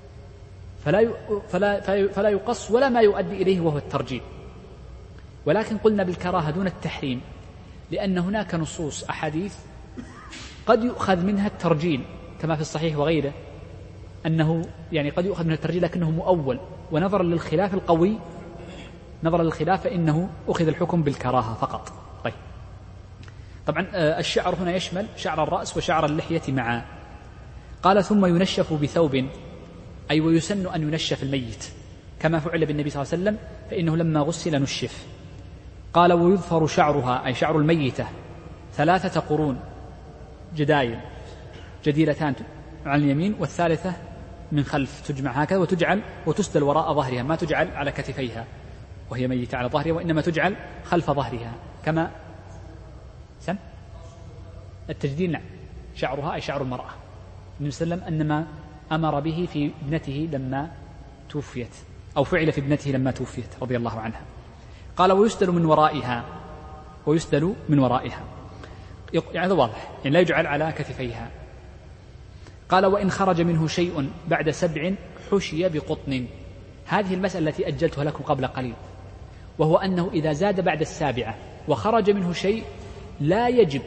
فلا فلا فلا يقص ولا ما يؤدي إليه وهو الترجيل، ولكن قلنا بالكراهة دون التحريم، لأن هناك نصوص أحاديث قد يؤخذ منها الترجيل كما في الصحيح وغيره، أنه يعني قد يؤخذ منها الترجيل لكنه مؤول، ونظرا للخلاف القوي نظرا للخلاف فإنه أخذ الحكم بالكراهة فقط. طيب، طبعا الشعر هنا يشمل شعر الرأس وشعر اللحية معا. قال ثم ينشف بثوب، أي ويسن أن ينشف الميت كما فعل بالنبي صلى الله عليه وسلم، فإنه لما غسل نشف. قال ويظفر شعرها، أي شعر الميتة، ثلاثة قرون، جدايل جديلتان عن اليمين والثالثة من خلف، تجمع هكذا وتجعل وتسدل وراء ظهرها، ما تجعل على كتفيها وهي ميتة على ظهرها، وإنما تجعل خلف ظهرها كما سم التجديل. نعم، شعرها أي شعر المرأة. النبي صلى الله عليه وسلم أنما أمر به في ابنته لما توفيت، أو فعل في ابنته لما توفيت رضي الله عنها. قال ويسدل من ورائها، ويسدل من ورائها، يعني هذا واضح، يعني لا يجعل على كتفيها. قال وإن خرج منه شيء بعد سبع حشي بقطن، هذه المسألة التي أجلتها لكم قبل قليل، وهو أنه إذا زاد بعد السابعة وخرج منه شيء لا يجب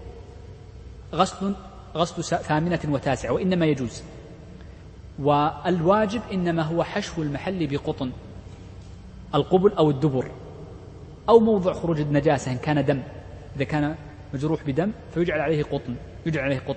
غسل غسل ثامنة وتاسعة، وإنما يجوز، والواجب إنما هو حشو المحل بقطن، القبل أو الدبر أو موضع خروج النجاسة إن كان دم، إذا كان مجروح بدم فيجعل عليه قطن، يجعل عليه قطن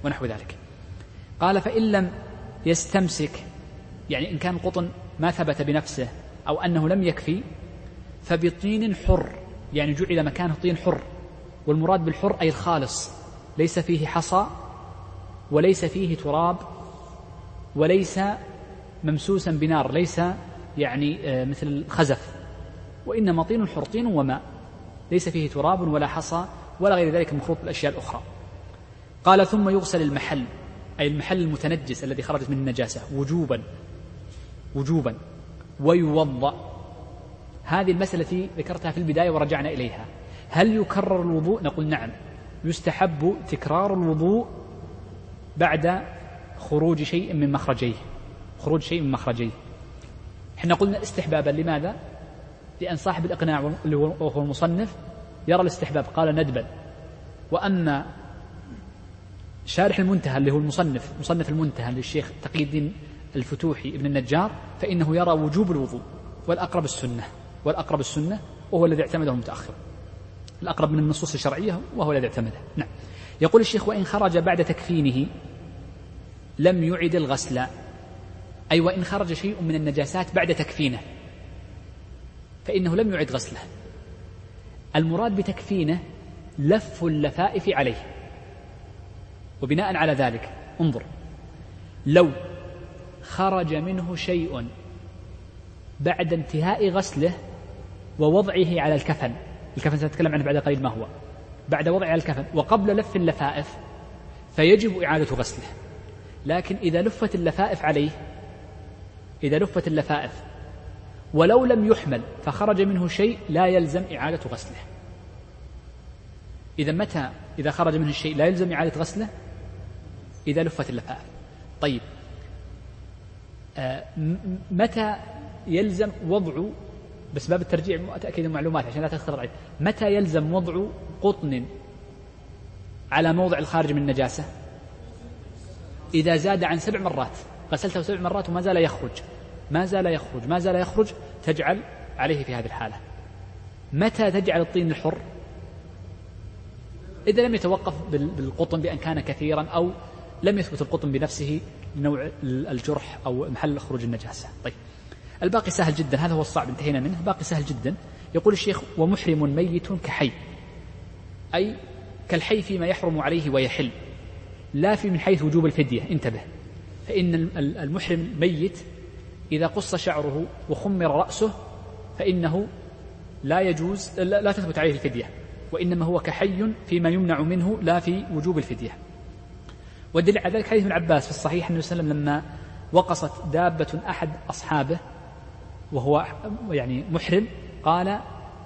ونحو ذلك. قال فإن لم يستمسك، يعني إن كان القطن ما ثبت بنفسه أو أنه لم يكفي، فبطين حر، يعني جعل مكانه طين حر، والمراد بالحر أي الخالص، ليس فيه حصى وليس فيه تراب وليس ممسوسا بنار، ليس يعني مثل الخزف، وإنما طين حر، طين وماء، ليس فيه تراب ولا حصى ولا غير ذلك مخلوط بالأشياء الأخرى. قال ثم يغسل المحل، أي المحل المتنجس الذي خرجت منه النجاسة، وجوبا وجوبا ويوضأ. هذه المسألة التي ذكرتها في البداية ورجعنا إليها. هل يكرر الوضوء؟ نقول نعم، يستحب تكرار الوضوء بعد خروج شيء من مخرجيه، خروج شيء من مخرجيه. احنا قلنا استحبابا، لماذا؟ لأن صاحب الإقناع اللي هو المصنف يرى الاستحباب، قال ندبا. وأما شارح المنتهى اللي هو المصنف مصنف المنتهى للشيخ تقي الدين الفتوحي ابن النجار، فإنه يرى وجوب الوضوء، والأقرب السنة، والأقرب السنة وهو الذي اعتمده المتأخر، الأقرب من النصوص الشرعية وهو الذي اعتمده. نعم. يقول الشيخ وإن خرج بعد تكفينه لم يعد الغسل، أي وإن خرج شيء من النجاسات بعد تكفينه فإنه لم يعد غسله. المراد بتكفينه لف اللفائف عليه، وبناء على ذلك انظر، لو خرج منه شيء بعد انتهاء غسله ووضعه على الكفن، الكفن سنتكلم عنه بعد قليل ما هو، بعد وضعه على الكفن وقبل لف اللفائف فيجب إعادة غسله. لكن إذا لفت اللفائف عليه، إذا لفت اللفائف ولو لم يحمل فخرج منه شيء لا يلزم إعادة غسله. إذا متى إذا خرج منه الشيء لا يلزم إعادة غسله؟ إذا لفت اللفائف. طيب آه متى يلزم وضع، بس باب الترجيع تأكيد المعلومات عشان لا تختلط عليه، متى يلزم وضع قطن على موضع الخارج من النجاسة؟ إذا زاد عن سبع مرات، غسلته سبع مرات وما زال يخرج ما زال يخرج ما زال يخرج تجعل عليه في هذه الحالة. متى تجعل الطين الحر؟ إذا لم يتوقف بالقطن بأن كان كثيرا أو لم يثبت القطن بنفسه نوع الجرح أو محل خروج النجاسة. طيب الباقي سهل جدا، هذا هو الصعب انتهينا منه، الباقي سهل جدا. يقول الشيخ ومحرم ميت كحي، أي كالحي فيما يحرم عليه ويحل، لا في من حيث وجوب الفدية. انتبه، فإن المحرم ميت إذا قص شعره وخمر رأسه فإنه لا يجوز لا تثبت عليه الفدية، وإنما هو كحي فيما يمنع منه لا في وجوب الفدية. والدليل على ذلك حديث ابن عباس في الصحيح أن النبي صلى الله عليه وسلم لما وقصت دابة أحد أصحابه وهو يعني محرم قال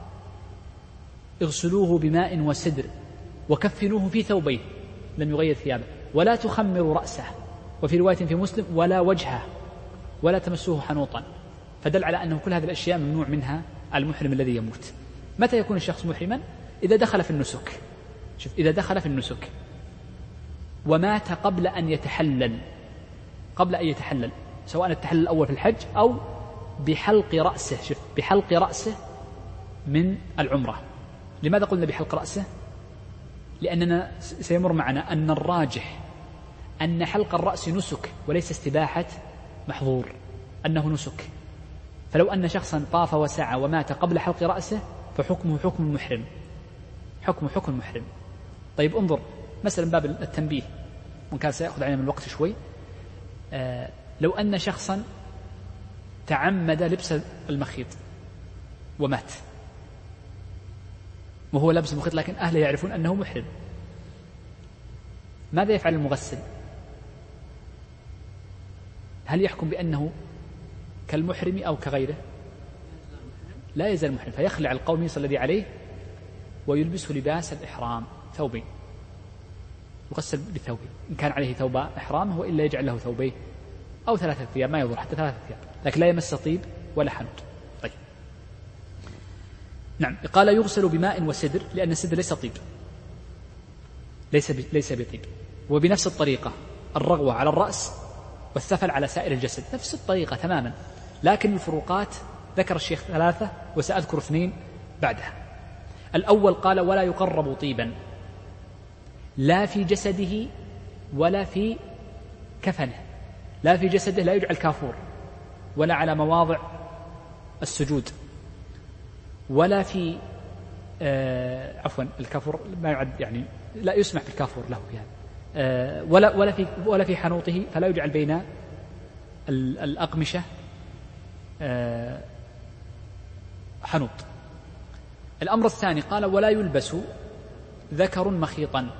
اغسلوه بماء وسدر وكفنوه في ثوبين، لم يغير ثيابه، ولا تخمروا رأسه، وفي رواية في مسلم ولا وجهه ولا تمسوه حنوطا. فدل على أنه كل هذه الأشياء ممنوع منها المحرم الذي يموت. متى يكون الشخص محرما؟ إذا دخل في النسك. شوف، إذا دخل في النسك ومات قبل أن يتحلل، قبل أن يتحلل، سواء التحلل الأول في الحج أو بحلق رأسه. شوف، بحلق رأسه من العمرة. لماذا قلنا بحلق رأسه؟ لأننا سيمر معنا أن الراجح أن حلق الرأس نسك وليس استباحة محظور، أنه نسك. فلو أن شخصا طاف وسعى ومات قبل حلق رأسه فحكمه حكم المحرم، حكمه حكم المحرم. طيب انظر مثلا باب التنبيه، وإن كان سيأخذ علينا من الوقت شوي. آه لو أن شخصا تعمد لبس المخيط ومات وهو لابس المخيط لكن أهله يعرفون أنه محرم، ماذا يفعل المغسل؟ هل يحكم بأنه كالمحرم أو كغيره؟ لا يزال محرم، فيخلع القميص الذي عليه ويلبسه لباس الإحرام، ثوبين، يغسل بثوبين إن كان عليه ثوب إحرامه، وإلا يجعل له ثوبين أو ثلاثة ثياب، ما يضر حتى ثلاثة ثياب، لكن لا يمس طيب ولا حنوط. طيب نعم. قال يغسل بماء وسدر، لأن السدر ليس طيب، ليس ليس بطيب. وبنفس الطريقة الرغوة على الرأس والثفل على سائر الجسد، نفس الطريقة تماما، لكن الفروقات ذكر الشيخ ثلاثة وسأذكر اثنين بعدها. الأول قال ولا يقرب طيبا لا في جسده ولا في كفنه، لا في جسده، لا يجعل كافور، ولا على مواضع السجود، ولا في آه عفوا الكافور ما يعد، يعني لا يسمح بالكافور له يعني آه ولا ولا في ولا في حنوطه، فلا يجعل بين الأقمشة آه حنوط. الأمر الثاني قال ولا يلبس ذكر مخيطا.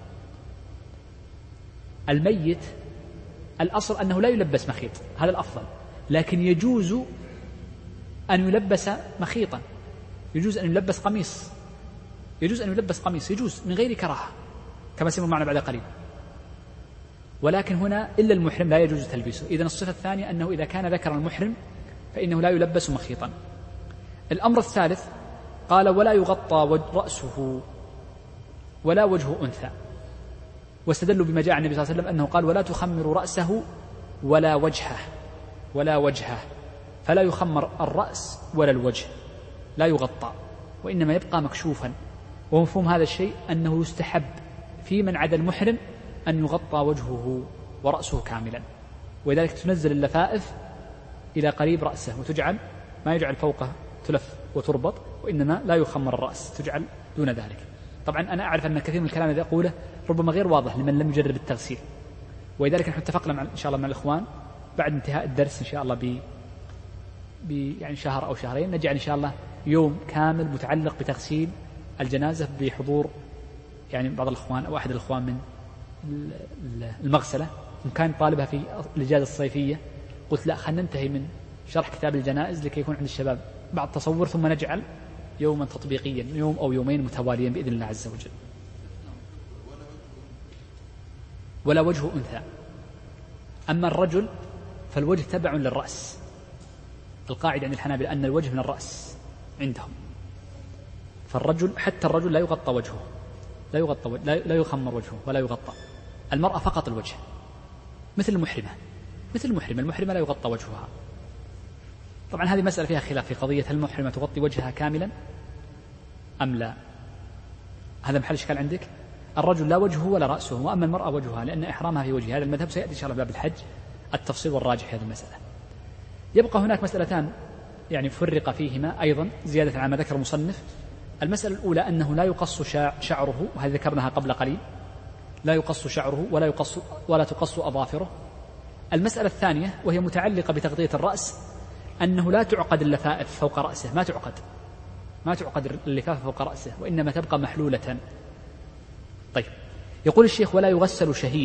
الميت الأصل أنه لا يلبس مخيط، هذا الأفضل، لكن يجوز أن يلبس مخيطا، يجوز أن يلبس قميص، يجوز أن يلبس قميص، يجوز من غير كراهة كما سيمر معنا بعد قليل. ولكن هنا إلا المحرم لا يجوز تلبيسه. إذن الصفة الثانية أنه إذا كان ذكرا المحرم فإنه لا يلبس مخيطا. الأمر الثالث قال ولا يغطى رأسه ولا وجه أنثى، واستدلوا بما جاء عن النبي صلى الله عليه وسلم أنه قال ولا تخمر رأسه ولا وجهه ولا وجهه، فلا يخمر الرأس ولا الوجه، لا يغطى، وإنما يبقى مكشوفا. ومفهوم هذا الشيء أنه يستحب في من عدا المحرم أن يغطى وجهه ورأسه كاملا، ولذلك تنزل اللفائف إلى قريب رأسه وتجعل ما يجعل فوقه تلف وتربط، وإنما لا يخمر الرأس، تجعل دون ذلك. طبعا أنا أعرف أن كثير من الكلام الذي أقوله ربما غير واضح لمن لم يجرب التغسيل، ولذلك نحن اتفقنا مع إن شاء الله مع الإخوان بعد انتهاء الدرس إن شاء الله ب يعني شهر أو شهرين نجعل إن شاء الله يوم كامل متعلق بتغسيل الجنازة بحضور يعني بعض الإخوان أو أحد الإخوان من المغسلة، إن كان طالبها في الإجازة الصيفية. قلت لا، خلنا ننتهي من شرح كتاب الجنائز لكي يكون عند الشباب بعض تصور، ثم نجعل يوما تطبيقيا، يوم أو يومين متواليا بإذن الله عز وجل. ولا وجه أنثى. أما الرجل فالوجه تبع للرأس، القاعدة عند الحنابلة أن الوجه من الرأس عندهم، فالرجل حتى الرجل لا يغطى وجهه، لا يغطى وجه، لا يخمر وجهه ولا يغطى. المرأة فقط الوجه، مثل المحرمة، مثل المحرمة المحرمة لا يغطى وجهها. طبعا هذه مسألة فيها خلاف في قضية هل المحرمة تغطي وجهها كاملا أم لا، هذا محل إشكال عندك. الرجل لا وجهه ولا رأسه، وأما المرأة وجهها لأن إحرامها في وجهها. هذا المذهب سيأتي إن شاء الله باب الحج التفصيل والراجح في هذه المسألة. يبقى هناك مسألتان يعني فرق فيهما أيضا زيادة على ما ذكر المصنف. المسألة الأولى أنه لا يقص شعره، وهذه ذكرناها قبل قليل، لا يقص شعره ولا يقص ولا تقص أظافره. المسألة الثانية وهي متعلقة بتغطية الرأس أنه لا تعقد اللفائف فوق رأسه، ما تعقد ما تعقد اللفافة فوق رأسه، وإنما تبقى محلولة. طيب، يقول الشيخ ولا يغسل شهيد.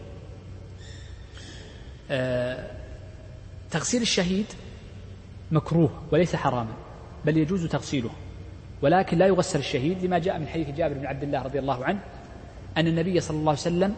آه تغسيل الشهيد مكروه وليس حراما، بل يجوز تغسيله، ولكن لا يغسل الشهيد لما جاء من حديث جابر بن عبد الله رضي الله عنه أن النبي صلى الله عليه وسلم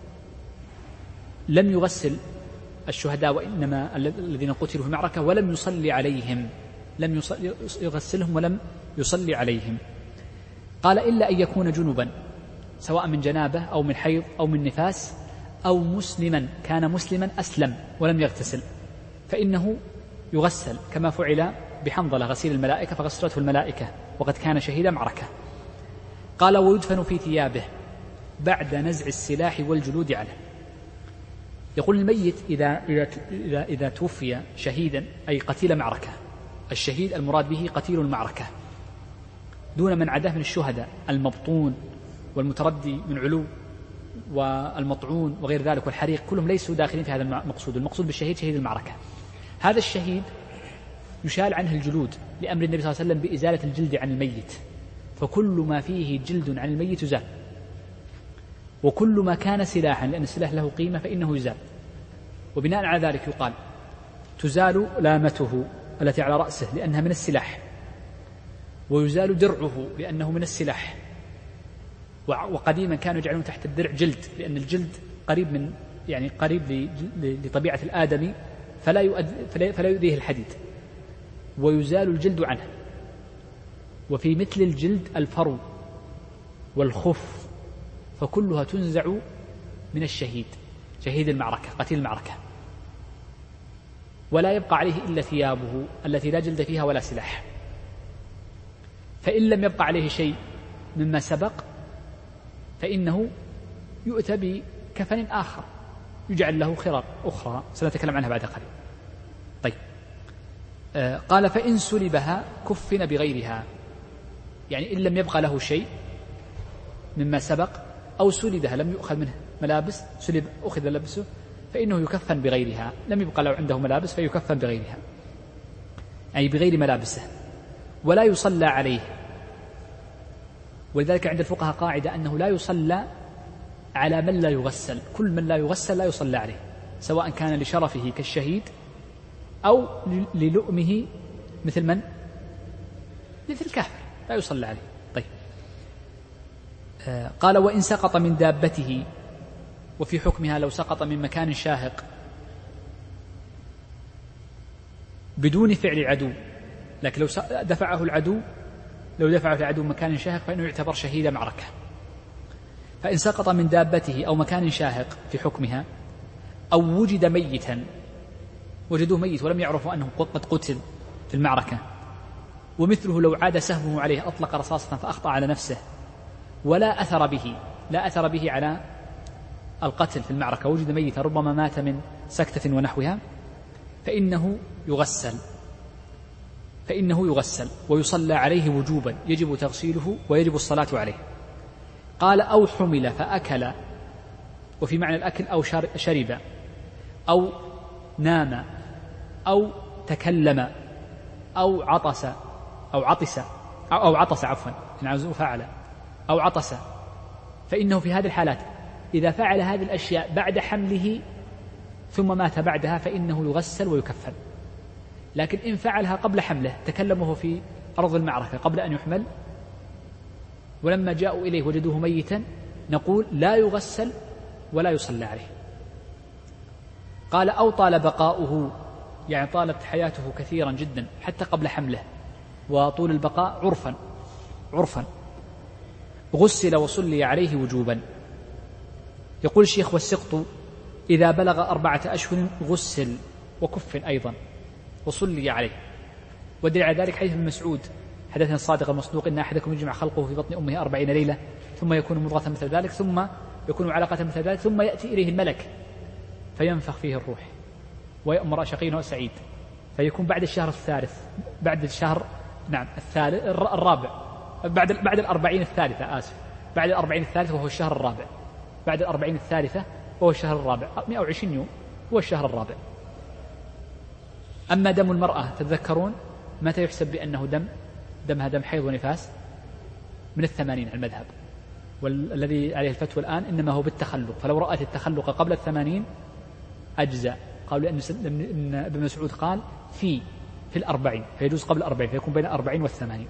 لم يغسل الشهداء وإنما الذين قتلوا في المعركة ولم يصلي عليهم، لم يغسلهم ولم يصلي عليهم. قال إلا أن يكون جنبا، سواء من جنابه أو من حيض أو من نفاس، أو مسلما كان مسلما أسلم ولم يغتسل، فإنه يغسل كما فعل بحنظلة غسيل الملائكة فغسلته الملائكة وقد كان شهيد معركة. قال ويدفن في ثيابه بعد نزع السلاح والجلود عنه. يقول الميت إذا, إذا, إذا توفي شهيدا أي قتيل معركة، الشهيد المراد به قتيل المعركة دون من عداه من الشهداء، المبطون والمتردي من علو والمطعون وغير ذلك والحريق، كلهم ليسوا داخلين في هذا المقصود. المقصود بالشهيد شهيد المعركة. هذا الشهيد يشال عنه الجلود لأمر النبي صلى الله عليه وسلم بإزالة الجلد عن الميت، فكل ما فيه جلد عن الميت يزال، وكل ما كان سلاحا لأن السلاح له قيمة فإنه يزال. وبناء على ذلك يقال تزال لامته التي على رأسه لأنها من السلاح، ويزال درعه لأنه من السلاح. وقديما كانوا يجعلون تحت الدرع جلد لأن الجلد قريب من يعني قريب لطبيعة الآدمي فلا فلا يؤذيه الحديد، ويزال الجلد عنه. وفي مثل الجلد الفرو والخف، فكلها تنزع من الشهيد شهيد المعركة قتيل المعركة، ولا يبقى عليه إلا ثيابه التي لا جلد فيها ولا سلاح. فإن لم يبقى عليه شيء مما سبق فإنه يؤتى كفن آخر يجعل له خرق أخرى سنتكلم عنها بعد قليل. طيب آه قال فإن سلبها كفن بغيرها، يعني إن لم يبقى له شيء مما سبق أو سلبها لم يؤخذ منه ملابس، سلب أخذ لبسه، فإنه يكفن بغيرها، لم يبقى له عنده ملابس فيكفن بغيرها أي بغير ملابسه، ولا يصلى عليه. ولذلك عند الفقهاء قاعدة أنه لا يصلى على من لا يغسل، كل من لا يغسل لا يصلى عليه، سواء كان لشرفه كالشهيد أو للؤمه مثل من؟ مثل الكافر لا يصلى عليه. طيب آه قال وإن سقط من دابته، وفي حكمها لو سقط من مكان شاهق بدون فعل عدو، لكن لو دفعه العدو لو دفعه العدو مكان شاهق فإنه يعتبر شهيد معركة. فإن سقط من دابته أو مكان شاهق في حكمها، أو وجد ميتا، وجدوه ميت ولم يعرفوا أنه قد قتل في المعركة، ومثله لو عاد سهمه عليه أطلق رصاصة فأخطأ على نفسه ولا أثر به لا أثر به على القتل في المعركة، وجد ميتا ربما مات من سكتة ونحوها، فإنه يغسل فإنه يغسل ويصلى عليه وجوبا، يجب تغسيله ويجب الصلاة عليه. قال أو حمل فأكل، وفي معنى الأكل أو شرب أو نام أو تكلم أو عطس أو عطس أو, أو عطس عفوا فعل أو عطس، فإنه في هذه الحالات إذا فعل هذه الأشياء بعد حمله ثم مات بعدها فإنه يغسل ويكفن. لكن إن فعلها قبل حمله، تكلم وهو في أرض المعركة قبل أن يحمل، ولما جاءوا إليه وجدوه ميتا، نقول لا يغسل ولا يصلى عليه. قال أو طال بقاؤه، يعني طالت حياته كثيرا جدا حتى قبل حمله، وطول البقاء عرفا عرفا غسل وصلي عليه وجوبا. يقول الشيخ والسقط إذا بلغ أربعة أشهر غسل وكفن أيضا وصلي عليه. ودل على ذلك حديث ابن مسعود حدثنا الصادق المصدوق إن أحدكم يجمع خلقه في بطن أمه أربعين ليلة ثم يكون مضغة مثل ذلك ثم يكون علقة مثل ذلك ثم يأتي إليه الملك فينفخ فيه الروح ويأمر شقي وسعيد، فيكون بعد الشهر الثالث بعد الشهر نعم الثالث الرابع بعد بعد الأربعين الثالثة آسف بعد الأربعين الثالثة وهو الشهر الرابع بعد الأربعين الثالثة وهو الشهر الرابع مئة وعشرين يوم هو الشهر الرابع. أما دم المرأة تتذكرون متى يحسب بأنه دم دمها دم حيض ونفاس؟ من الثمانين على المذهب، والذي عليه الفتوى الآن إنما هو بالتخلق، فلو رأت التخلق قبل الثمانين أجزاء. قالوا لأن ابن مسعود قال في في الأربعين فيجوز قبل الأربعين فيكون بين الأربعين والثمانين.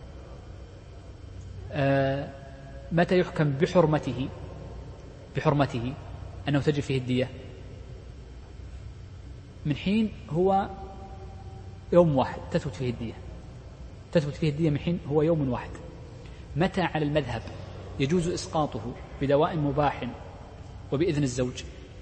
آه متى يحكم بحرمته بحرمته أنه تجب فيه الدية؟ من حين هو يوم واحد تثبت فيه الدية تثبت فيه الدية من حين هو يوم واحد. متى على المذهب يجوز إسقاطه بدواء مباح وبإذن الزوج؟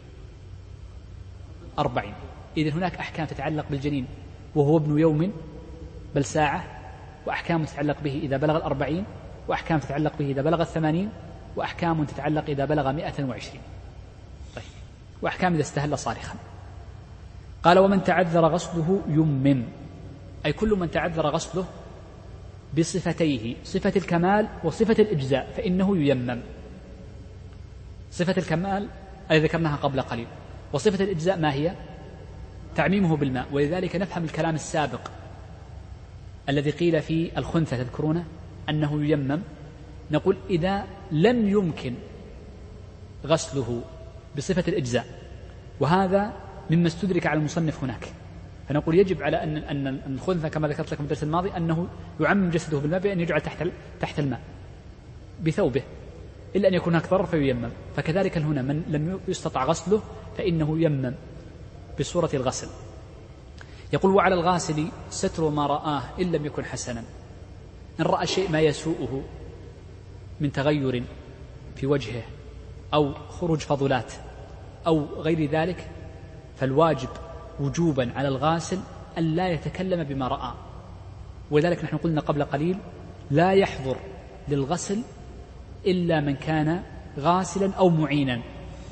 أربعين. إذن هناك أحكام تتعلق بالجنين وهو ابن يوم بل ساعة، وأحكام تتعلق به إذا بلغ الأربعين، وأحكام تتعلق به إذا بلغ الثمانين، وأحكام تتعلق إذا بلغ مئة وعشرين. طيب. وأحكام إذا استهل صارخا. قال ومن تعذر غسله يمم، أي كل من تعذر غسله بصفتيه صفة الكمال وصفة الإجزاء فإنه ييمم. صفة الكمال أي ذكرناها قبل قليل، وصفة الإجزاء ما هي؟ تعميمه بالماء. ولذلك نفهم الكلام السابق الذي قيل في الخنثى تذكرونه أنه ييمم، نقول إذا لم يمكن غسله بصفة الإجزاء، وهذا مما استدرك على المصنف هناك، فنقول يجب على أن أن الخنثى كما ذكرت لكم في الدرس الماضي أنه يعمم جسده بالماء بأن يجعل تحت تحت الماء بثوبه، إلا أن يكون هناك ضرر فييمم. فكذلك هنا من لم يستطع غسله فإنه ييمم بصورة الغسل. يقول وعلى الغاسل ستر ما رآه إن لم يكن حسنا، إن رأى شيء ما يسوءه من تغير في وجهه أو خروج فضلات أو غير ذلك، فالواجب وجوبا على الغاسل أن لا يتكلم بما رأى. ولذلك نحن قلنا قبل قليل لا يحضر للغسل إلا من كان غاسلا أو معينا،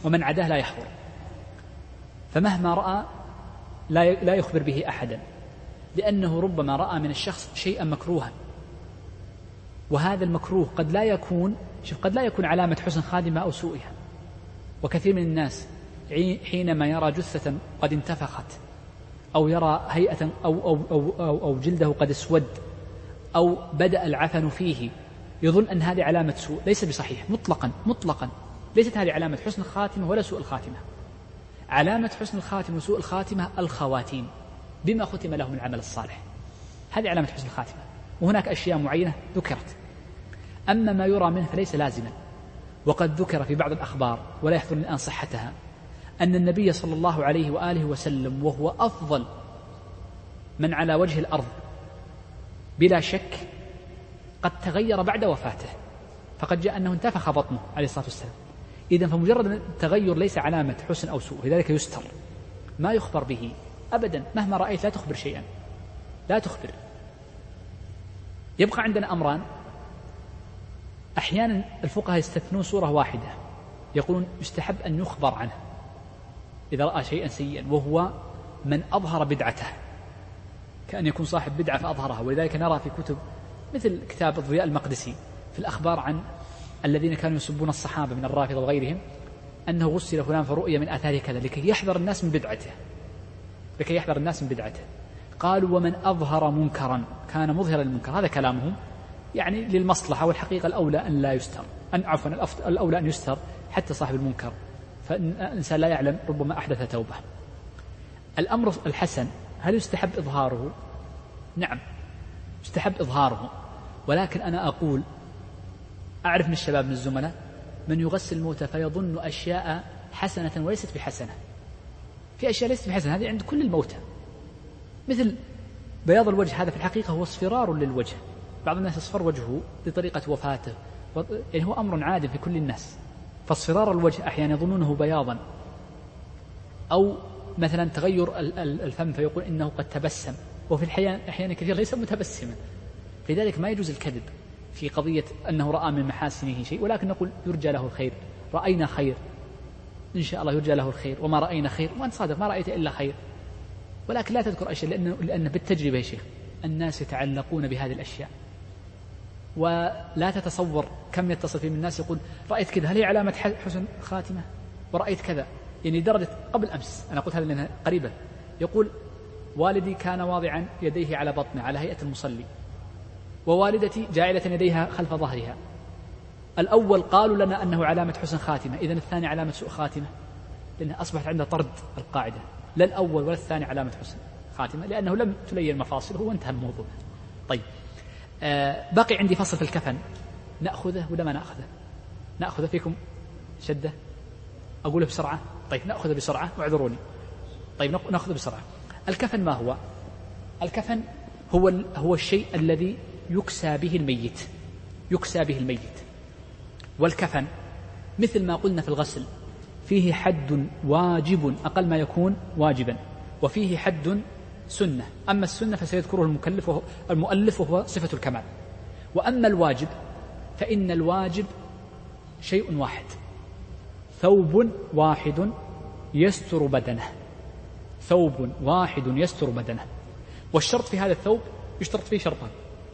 ومن عداه لا يحضر، فمهما رأى لا يخبر به أحدا، لأنه ربما رأى من الشخص شيئا مكروها، وهذا المكروه قد لا يكون شوف قد لا يكون علامة حسن خاتمة أو سوءها. وكثير من الناس حينما يرى جثة قد انتفخت أو يرى هيئة أو, أو, أو, أو, أو جلده قد اسود أو بدأ العفن فيه يظن أن هذه علامة سوء. ليس بصحيح مطلقا مطلقا، ليست هذه علامة حسن الخاتمة ولا سوء الخاتمة. علامة حسن الخاتمة وسوء الخاتمة الخواتيم، بما ختم له من العمل الصالح، هذه علامة حسن الخاتمة. وهناك أشياء معينة ذكرت، أما ما يرى منه فليس لازما. وقد ذكر في بعض الأخبار ولا يحضرني الآن صحتها أن النبي صلى الله عليه وآله وسلم وهو أفضل من على وجه الأرض بلا شك قد تغير بعد وفاته، فقد جاء أنه انتفخ بطنه عليه الصلاة والسلام. إذن فمجرد التغير ليس علامة حسن أو سوء، لذلك يستر ما يخبر به أبدا. مهما رأيت لا تخبر شيئا، لا تخبر. يبقى عندنا أمران، أحيانا الفقهاء يستثنون صورة واحدة، يقولون يستحب أن يخبر عنه إذا رأى شيئا سيئا، وهو من أظهر بدعته، كأن يكون صاحب بدعة فأظهرها. ولذلك نرى في كتب مثل كتاب الضياء المقدسي في الأخبار عن الذين كانوا يسبون الصحابة من الرافضة وغيرهم أنه غسل فلان فرؤية من آثاره كذا، لكي يحذر الناس من بدعته، لكي يحذر الناس من بدعته. قالوا ومن أظهر منكرا كان مظهرا للمنكر، هذا كلامهم يعني للمصلحة، والحقيقة الأولى أن لا يستر، أن عفوا الأولى أن يستر حتى صاحب المنكر، فالإنسان لا يعلم ربما أحدث توبة. الأمر الحسن هل يستحب إظهاره؟ نعم يستحب إظهاره، ولكن أنا أقول أعرف من الشباب من الزملاء من يغسل الموتى فيظن أشياء حسنة وليست بحسنة. في أشياء ليست بحسنة، هذه عند كل الموتى، مثل بياض الوجه، هذا في الحقيقة هو اصفرار للوجه. بعض الناس يصفر وجهه لطريقة وفاته، يعني هو أمر عادي في كل الناس. فاصفرار الوجه أحيانا يظنونه بياضا، أو مثلا تغير الفم فيقول إنه قد تبسم، وفي الحقيقة أحيانا كثير ليس متبسما. لذلك ما يجوز الكذب في قضية أنه رأى من محاسنه شيء، ولكن نقول يرجى له الخير، رأينا خير إن شاء الله يرجى له الخير، وما رأينا خير، وأنت صادق ما رأيت إلا خير. ولكن لا تذكر أشياء، لأنه, لأنه بالتجربة يا شيخ الناس يتعلقون بهذه الأشياء، ولا تتصور كم يتصل في من الناس يقول رأيت كذا، هل هي علامة حسن خاتمة؟ ورأيت كذا، يعني درجة قبل أمس أنا قلت هذا لأنها قريبة، يقول والدي كان واضعا يديه على بطنه على هيئة المصلي، ووالدتي جاعلة يديها خلف ظهرها. الأول قالوا لنا أنه علامة حسن خاتمة، إذن الثاني علامة سوء خاتمة، لأنها أصبحت عندها طرد القاعدة، لا الأول ولا الثاني علامة حسن خاتمة، لأنه لم تلين مفاصله وانتهى الموضوع. طيب آه باقي عندي فصل في الكفن، نأخذه ولا ما نأخذه؟ نأخذه فيكم شدة، أقوله بسرعة. طيب نأخذه بسرعة واعذروني. طيب نأخذه بسرعة. الكفن ما هو؟ الكفن هو هو الشيء الذي يكسى به الميت، يكسى به الميت. والكفن مثل ما قلنا في الغسل فيه حد واجب أقل ما يكون واجبا، وفيه حد سنة. أما السنة فسيذكره المكلف وهو المؤلف وهو صفة الكمال. وأما الواجب فإن الواجب شيء واحد، ثوب واحد يستر بدنه، ثوب واحد يستر بدنه. والشرط في هذا الثوب يشترط فيه شرطان.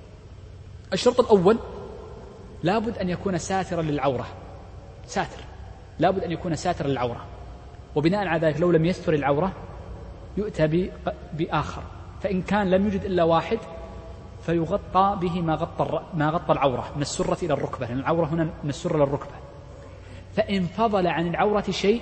الشرط الأول لابد أن يكون ساترا للعورة، ساتر، لابد أن يكون ساترا للعورة. وبناء على ذلك لو لم يستر العورة يؤتى بآخر، فإن كان لم يوجد إلا واحد فيغطى به ما غطى ما غطى العورة من السرة إلى الركبة، لأن العورة هنا من السرة إلى الركبة. فإن فضل عن العورة شيء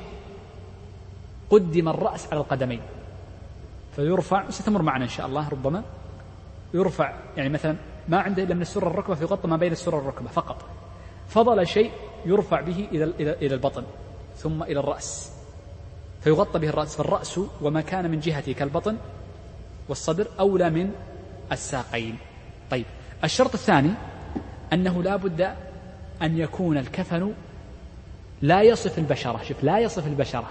قدم الرأس على القدمين فيرفع، ستمر معنا إن شاء الله ربما يرفع، يعني مثلا ما عنده إلا من السرة الركبة فيغطى ما بين السرة الركبة فقط. فضل شيء يرفع به إلى إلى البطن ثم إلى الرأس فيغطى به الرأس، فالرأس وما كان من جهته كالبطن والصدر أولى من الساقين. طيب الشرط الثاني أنه لا بد أن يكون الكفن لا يصف البشرة، شوف لا يصف البشرة،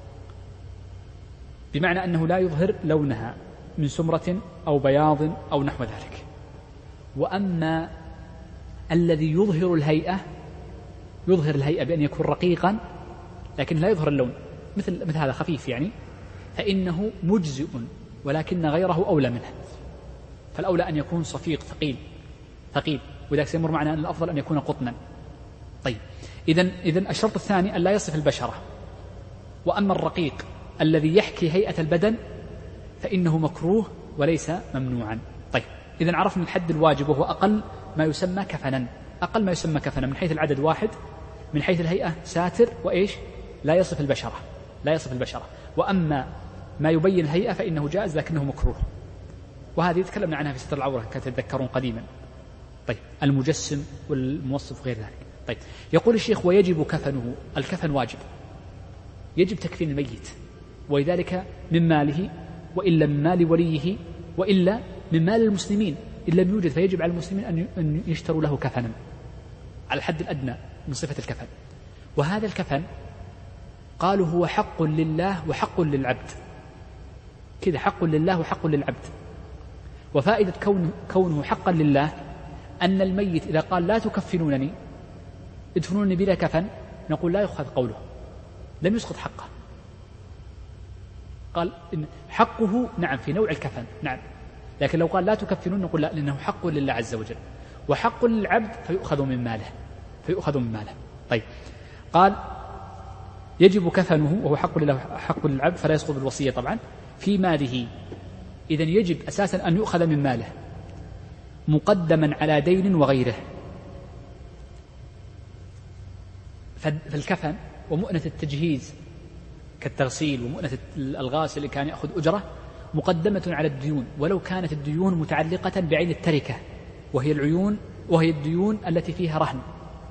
بمعنى أنه لا يظهر لونها من سمرة أو بياض أو نحو ذلك. وأما الذي يظهر الهيئة، يظهر الهيئة بأن يكون رقيقا لكن لا يظهر اللون مثل مثل هذا خفيف يعني، فإنه مجزئ، ولكن غيره أولى منه. فالأولى أن يكون صفيق ثقيل ثقيل وذلك سيمر معنا أن الأفضل أن يكون قطنا. طيب إذن إذن الشرط الثاني أن لا يصف البشرة. وأما الرقيق الذي يحكي هيئة البدن فإنه مكروه وليس ممنوعا. طيب إذن عرفنا الحد الواجب وهو أقل ما يسمى كفنا. أقل ما يسمى كفنا من حيث العدد واحد، من حيث الهيئة ساتر وإيش لا يصف البشرة لا يصف البشرة. وأما ما يبين الهيئة فإنه جائز لكنه مكروه، وهذه تكلمنا عنها في ستر العورة كتتذكرون قديما. طيب المجسم والموصف غير ذلك. طيب يقول الشيخ ويجب كفنه. الكفن واجب، يجب تكفين الميت، ولذلك من ماله وإلا من مال وليه وإلا من مال المسلمين إن لم يوجد، فيجب على المسلمين أن يشتروا له كفنا على الحد الأدنى من صفة الكفن. وهذا الكفن قالوا هو حق لله وحق للعبد، كذا حق لله وحق للعبد. وفائدة كونه, كونه حقا لله أن الميت إذا قال لا تكفنونني ادفنونني بلا كفن نقول لا يؤخذ قوله، لم يسقط حقه. قال إن حقه نعم في نوع الكفن نعم، لكن لو قال لا تكفنون نقول لا، لأنه حق لله عز وجل وحق للعبد فيؤخذ من ماله فيؤخذ من ماله. طيب قال يجب كفنه وهو حق لله حق للعبد فلا يسقط بالوصية طبعا في ماله. إذن يجب أساسا أن يؤخذ من ماله مقدما على دين وغيره. فالكفن ومؤنة التجهيز كالتغسيل ومؤنة الغاسل اللي كان يأخذ أجرة مقدمة على الديون، ولو كانت الديون متعلقة بعين التركة وهي العيون وهي الديون التي فيها رهن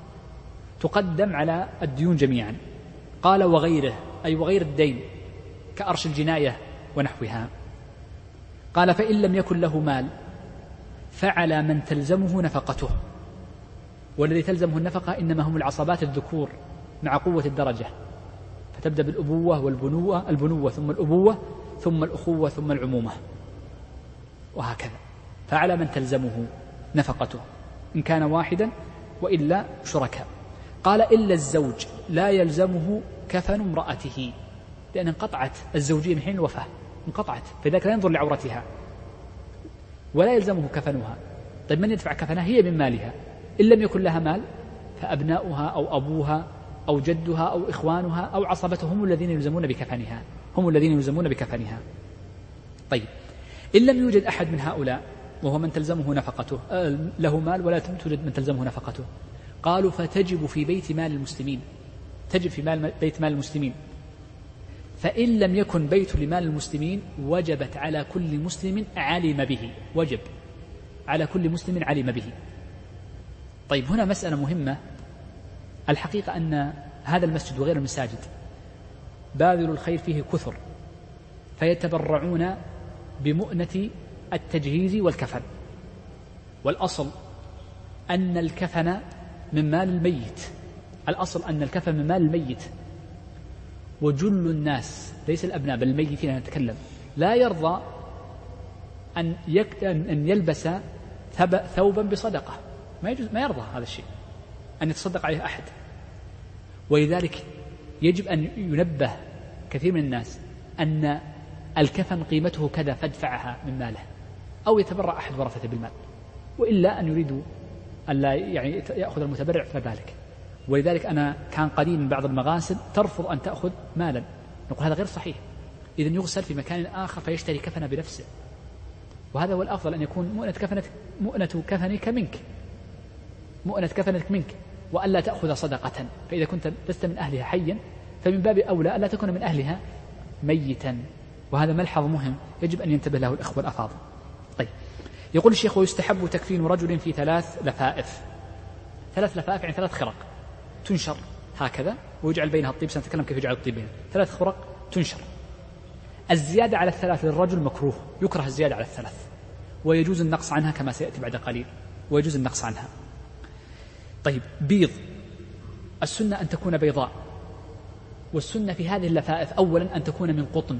تقدم على الديون جميعا. قال وغيره أي وغير الدين كأرش الجناية ونحوها. قال فإن لم يكن له مال فعلى من تلزمه نفقته، والذي تلزمه النفقة إنما هم العصبات الذكور مع قوة الدرجة، فتبدأ بالأبوة والبنوة البنوة ثم الأبوة ثم الأخوة ثم العمومة وهكذا. فعلى من تلزمه نفقته إن كان واحدا وإلا شركاء. قال إلا الزوج لا يلزمه كفن امرأته، لأن انقطعت الزوجية من حين الوفاة انقطعت، فذلك لا ينظر لعورتها ولا يلزمه كفنها. طيب من يدفع كفنها؟ هي من مالها. إن لم يكن لها مال فأبناؤها أو أبوها أو جدها أو إخوانها أو عصبتها هم الذين يلزمون بكفنها هم الذين يلزمون بكفنها. طيب إن لم يوجد أحد من هؤلاء وهو من تلزمه نفقته له مال ولا توجد من تلزمه نفقته، قالوا فتجب في بيت مال المسلمين تجب في مال بيت مال المسلمين. فإن لم يكن بيت لمال المسلمين وجبت على كل مسلم علم به وجب على كل مسلم علم به. طيب هنا مسألة مهمة. الحقيقة أن هذا المسجد وغير المساجد باذل الخير فيه كثر، فيتبرعون بمؤنة التجهيز والكفن، والأصل أن الكفن من مال الميت الأصل أن الكفن من مال الميت. وجل الناس ليس الأبناء بل الميتين نتكلم لا يرضى أن, يك... أن يلبس ثوبا بصدقة، ما, يجوز ما يرضى هذا الشيء أن يتصدق عليه أحد. ولذلك يجب أن ينبه كثير من الناس أن الكفن قيمته كذا فادفعها من ماله، أو يتبرع أحد ورثته بالمال، وإلا أن يريدوا ألا يعني يأخذ المتبرع فذلك. ولذلك أنا كان قديم من بعض المغاسل ترفض أن تأخذ مالا، نقول هذا غير صحيح، إذن يغسل في مكان آخر فيشتري كفنه بنفسه، وهذا هو الأفضل أن يكون مؤنة كفنك مؤنة كفنك منك مؤنة كفنك منك وألا تأخذ صدقة. فإذا كنت لست من أهلها حيا فمن باب أولى ألا تكون من أهلها ميتا، وهذا ملحظ مهم يجب أن ينتبه له الأخوة الأفاضل. طيب يقول الشيخ ويستحب تكفين رجل في ثلاث لفائف. ثلاث لفائف يعني ثلاث خرق تنشر هكذا ويجعل بينها الطيب، سنتكلم كيف يجعل الطيب بينها. ثلاث خرق تنشر. الزيادة على الثلاث للرجل مكروه، يكره الزيادة على الثلاث، ويجوز النقص عنها كما سيأتي بعد قليل، ويجوز النقص عنها. طيب بيض، السنة أن تكون بيضاء، والسنة في هذه اللفائف أولا أن تكون من قطن،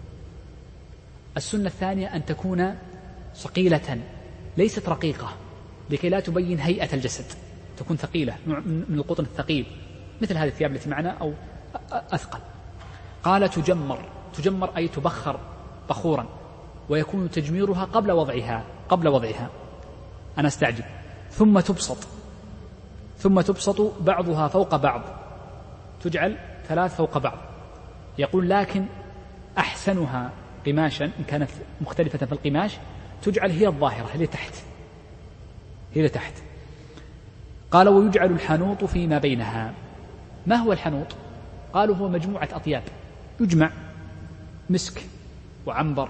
السنة الثانية أن تكون صقيلة ليست رقيقة لكي لا تبين هيئة الجسد، تكون ثقيلة من القطن الثقيل مثل هذه الثياب التي معنا أو أثقل. قال تجمر، تجمر أي تبخر بخورا، ويكون تجميرها قبل وضعها قبل وضعها أنا استعجب. ثم تبسط، ثم تبسط بعضها فوق بعض، تجعل ثلاث فوق بعض. يقول لكن أحسنها قماشا إن كانت مختلفة في القماش تجعل هي الظاهرة، هي تحت، هي تحت. قال ويجعل الحنوط فيما بينها. ما هو الحنوط؟ قالوا هو مجموعة أطياب، يجمع مسك وعنبر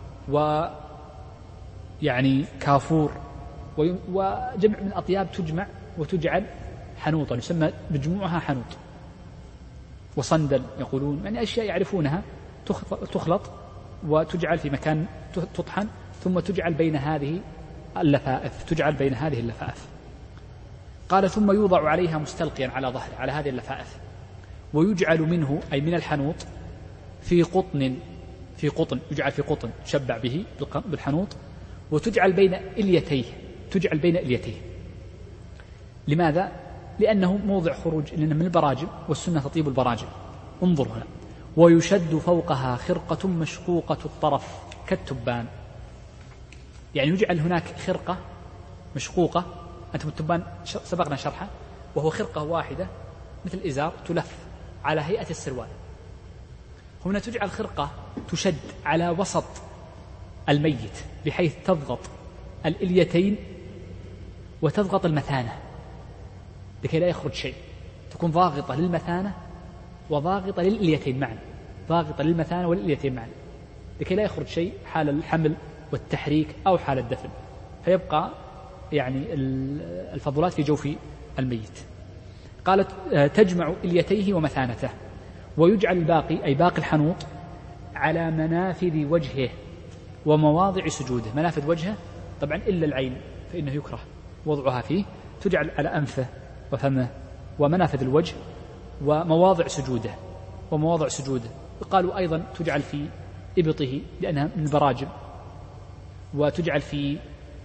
ويعني كافور وجمع من أطياب تجمع وتجعل حنوطا، يسمى مجموعها حنوط. وصندل يقولون، يعني أشياء يعرفونها تخلط وتجعل في مكان تطحن، ثم تجعل بين هذه اللفائف، تجعل بين هذه اللفائف. قال ثم يوضع عليها مستلقيا على ظهره، على هذه اللفائف، ويجعل منه أي من الحنوط في قطن، في قطن يجعل في قطن تشبع به بالحنوط، وتجعل بين إليتيه، تجعل بين إليتيه. لماذا؟ لأنه موضع خروج، لأنه من البراجم والسنة تطيب البراجم. انظر هنا، ويشد فوقها خرقة مشقوقة الطرف كالتبان، يعني يجعل هناك خرقة مشقوقة. أنتم التبان سبقنا شرحه، وهو خرقة واحدة مثل إزار تلف على هيئة السروال. هنا تجعل خرقة تشد على وسط الميت بحيث تضغط الإليتين وتضغط المثانة لكي لا يخرج شيء، تكون ضاغطة للمثانة وضاغطة للإليتين معا، ضاغطة للمثانة والإليتين معا لكي لا يخرج شيء حال الحمل والتحريك أو حال الدفن، فيبقى يعني الفضلات في جوف الميت. قالت تجمع إليتيه ومثانته، ويجعل الباقي أي باقي الحنوط على منافذ وجهه ومواضع سجوده. منافذ وجهه طبعا إلا العين فإنه يكره وضعها فيه، تجعل على أنفه وفمه ومنافذ الوجه ومواضع سجوده ومواضع سجوده. قالوا أيضا تجعل في إبطه لأنها من البراجم، وتجعل في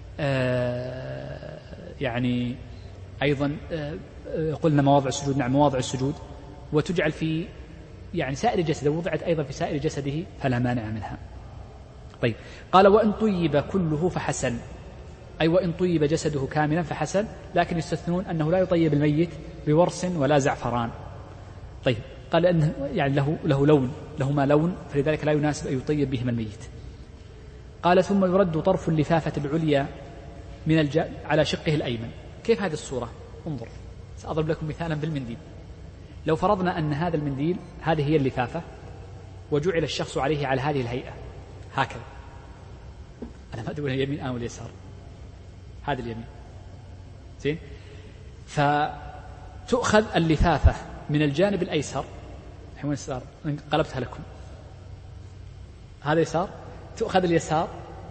آه يعني أيضا آه قلنا مواضع السجود، نعم مواضع السجود، وتجعل في يعني سائر جسده، وضعت أيضا في سائر جسده فلا مانع منها. طيب قال وإن طيب كله فحسن، أي وإن طيب جسده كاملا فحسن، لكن يستثنون أنه لا يطيب الميت بورس ولا زعفران. طيب قال أنه يعني له, له لون، له ما لون، فلذلك لا يناسب أن يطيب بهما الميت. قال ثم يرد طرف اللفافة العليا من الج... على شقه الأيمن. كيف هذه الصورة؟ انظر، سأضرب لكم مثالا بالمنديل. لو فرضنا أن هذا المنديل هذه هي اللفافة وجعل الشخص عليه على هذه الهيئة هكذا، أنا ما أدري اليمين أو اليسار، هذا اليمين زين، فتؤخذ اللفافة من الجانب الأيسر، حيوان اليسار قلبتها لكم، هذا يسار، تؤخذ اليسار،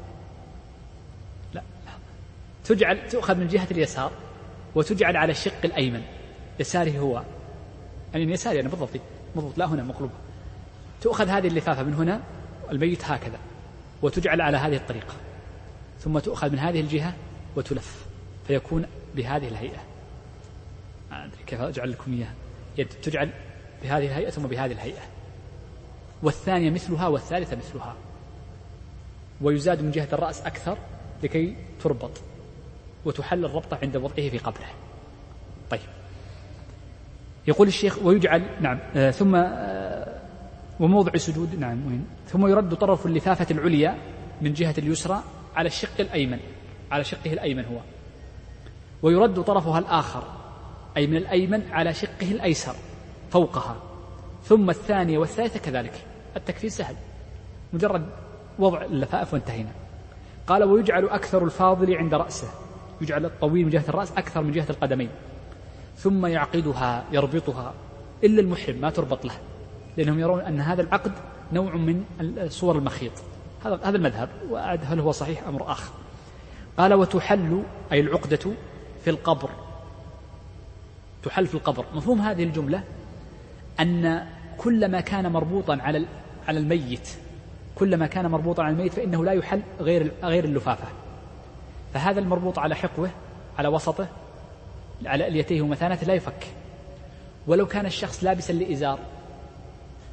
لا تجعل تؤخذ من جهة اليسار وتجعل على الشق الأيمن، يساره هو يعني يساري يعني بالضبط بالضبط، لا هنا مقلوبة. تؤخذ هذه اللفافة من هنا الميت هكذا وتجعل على هذه الطريقة، ثم تؤخذ من هذه الجهة وتلف فيكون بهذه الهيئة. ما أدري كيف أجعل لكم إياها، يد تجعل بهذه الهيئة ثم بهذه الهيئة، والثانية مثلها والثالثة مثلها، ويزاد من جهة الرأس أكثر لكي تربط وتحل الربطة عند وضعه في قبره. طيب يقول الشيخ ويجعل نعم آه ثم آه وموضع سجود نعم وين ثم يرد طرف اللفافة العليا من جهة اليسرى على الشق الأيمن، على شقه الأيمن هو، ويرد طرفها الآخر أي من الأيمن على شقه الأيسر فوقها، ثم الثانية والثالثة كذلك. التكفير سهل، مجرد وضع اللفائف وانتهينا. قال ويجعل أكثر الفاضل عند رأسه، يجعل الطويل من جهة الرأس أكثر من جهة القدمين، ثم يعقدها يربطها، إلا المحرم ما تربط له، لأنهم يرون أن هذا العقد نوع من صور المخيط. هذا هذا المذهب، هل هو صحيح أمر آخر. قال وتحل أي العقدة في القبر، تحل في القبر. مفهوم هذه الجملة أن كلما كان مربوطا على على الميت كلما كان مربوطا على الميت فإنه لا يحل غير غير اللفافة. فهذا المربوط على حقوه على وسطه على إليتيه ومثانته لا يفك، ولو كان الشخص لابسا لإزار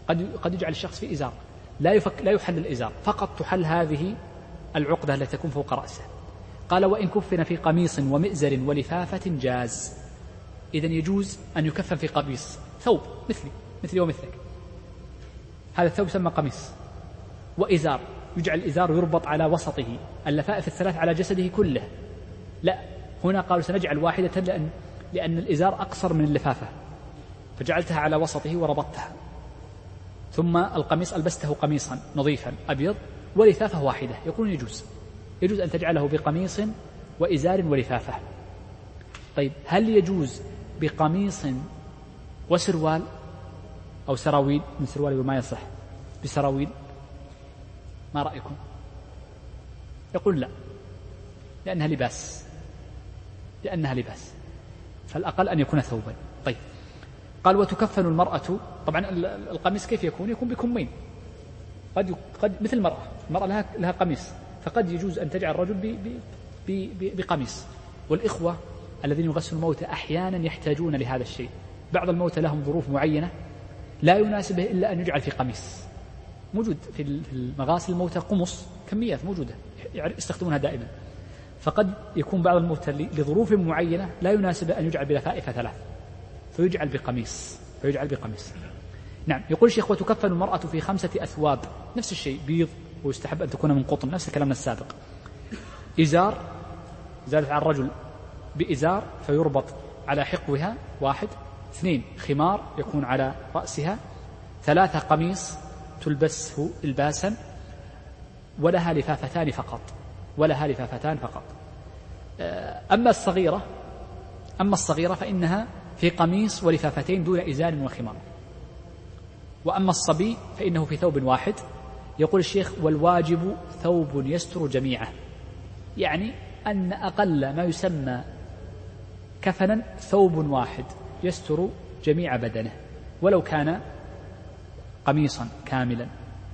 قد قد يجعل الشخص في إزار لا يفك لا يحل الإزار، فقط تحل هذه العقدة التي تكون فوق رأسه. قال وإن كفن في قميص ومئزر ولفافة جاز. إذن يجوز أن يكفن في قميص، ثوب مثلي مثلي ومثلك، هذا الثوب يسمى قميص، وإزار، يجعل الإزار يربط على وسطه، اللفائف الثلاث على جسده كله. لا، هنا قالوا سنجعل واحدة لأن, لأن الإزار أقصر من اللفافة، فجعلتها على وسطه وربطتها. ثم القميص ألبسته قميصا نظيفا أبيض ولفافة واحدة، يقولون يجوز يجوز أن تجعله بقميص وإزار ولفافة. طيب هل يجوز بقميص وسروال أو سراويل؟ من سروال وما يصح بسراويل، ما رأيكم؟ يقول لا، لأنها لباس لأنها لباس فالأقل أن يكون ثوبا. طيب قال وتكفن المرأة، طبعا القميص كيف يكون؟ يكون بكمين، قد قد مثل المرأة المرأة لها لها قميص، فقد يجوز أن تجعل الرجل ب ب ب بقميص. والإخوة الذين يغسلوا الموتى أحيانا يحتاجون لهذا الشيء، بعض الموتى لهم ظروف معينة لا يناسبه إلا أن يجعل في قميص. موجود في المغاسل الموتى قمص، كميات موجودة يستخدمونها دائما، فقد يكون بعض الموتى لظروف معينة لا يناسبه أن يجعل بلفائف ثلاث، فيجعل بقميص فيجعل بقميص نعم. يقول الشيخ وتكفن المرأة في خمسة أثواب، نفس الشيء، بيض، ويستحب أن تكون من قطن، نفس كلامنا السابق. إزار، زادت على الرجل بإزار فيربط على حقوها واحد. اثنين خمار يكون على رأسها. ثلاثة قميص تلبسه الباسا، ولها لفافتان فقط ولها لفافتان فقط. أما الصغيرة أما الصغيرة فإنها في قميص ولفافتين دون إزار وخمار. وأما الصبي فإنه في ثوب واحد. يقول الشيخ والواجب ثوب يستر جميعه، يعني أن أقل ما يسمى كفنا ثوب واحد يستر جميع بدنه، ولو كان قميصا كاملا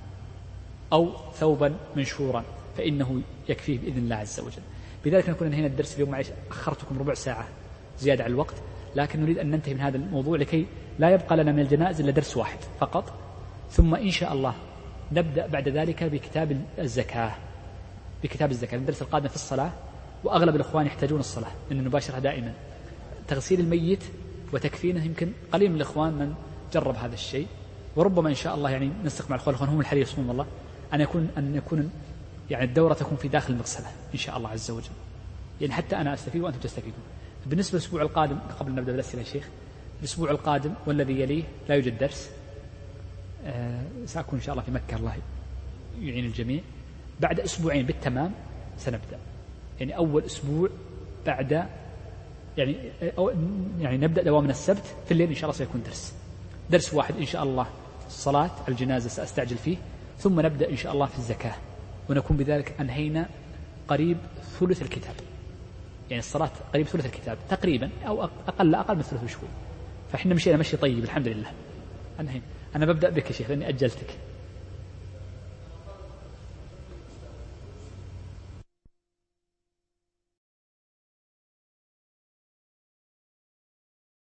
أو ثوبا منشورا فإنه يكفيه بإذن الله عز وجل. بذلك نكون انهينا الدرس اليوم، معليش أخرتكم ربع ساعة زيادة على الوقت، لكن نريد أن ننتهي من هذا الموضوع لكي لا يبقى لنا من الجنائز إلا درس واحد فقط، ثم إن شاء الله نبدأ بعد ذلك بكتاب الزكاة بكتاب الزكاة الدرس القادم في الصلاة، وأغلب الإخوان يحتاجون الصلاة لأنه نباشرها دائما. تغسيل الميت وتكفينه يمكن قليل من الإخوان من جرب هذا الشيء، وربما إن شاء الله يعني نسق مع الإخوان هم الحريصون والله أن يكون أن يكون يعني الدورة تكون في داخل المغسلة إن شاء الله عز وجل، يعني حتى أنا أستفيد وأنتم تستفيدون. بالنسبة للأسبوع القادم قبل أن نبدأ بالأسئلة يا شيخ، الأسبوع القادم والذي يليه لا يوجد درس، أه سأكون إن شاء الله في مكة، الله يعين الجميع. بعد أسبوعين بالتمام سنبدأ، يعني أول أسبوع بعد يعني أو يعني نبدأ دوامنا السبت في الليل إن شاء الله سيكون درس درس واحد إن شاء الله، الصلاة على الجنازة سأستعجل فيه، ثم نبدأ إن شاء الله في الزكاة، ونكون بذلك أنهينا قريب ثلث الكتاب، يعني الصلاة قريب ثلث الكتاب تقريبا، أو أقل أقل من ثلث بشوي، فإحنا مشينا مشي طيب الحمد لله. أنهينا. أنا ببدأ بك يا شيخ لأني أجلتك.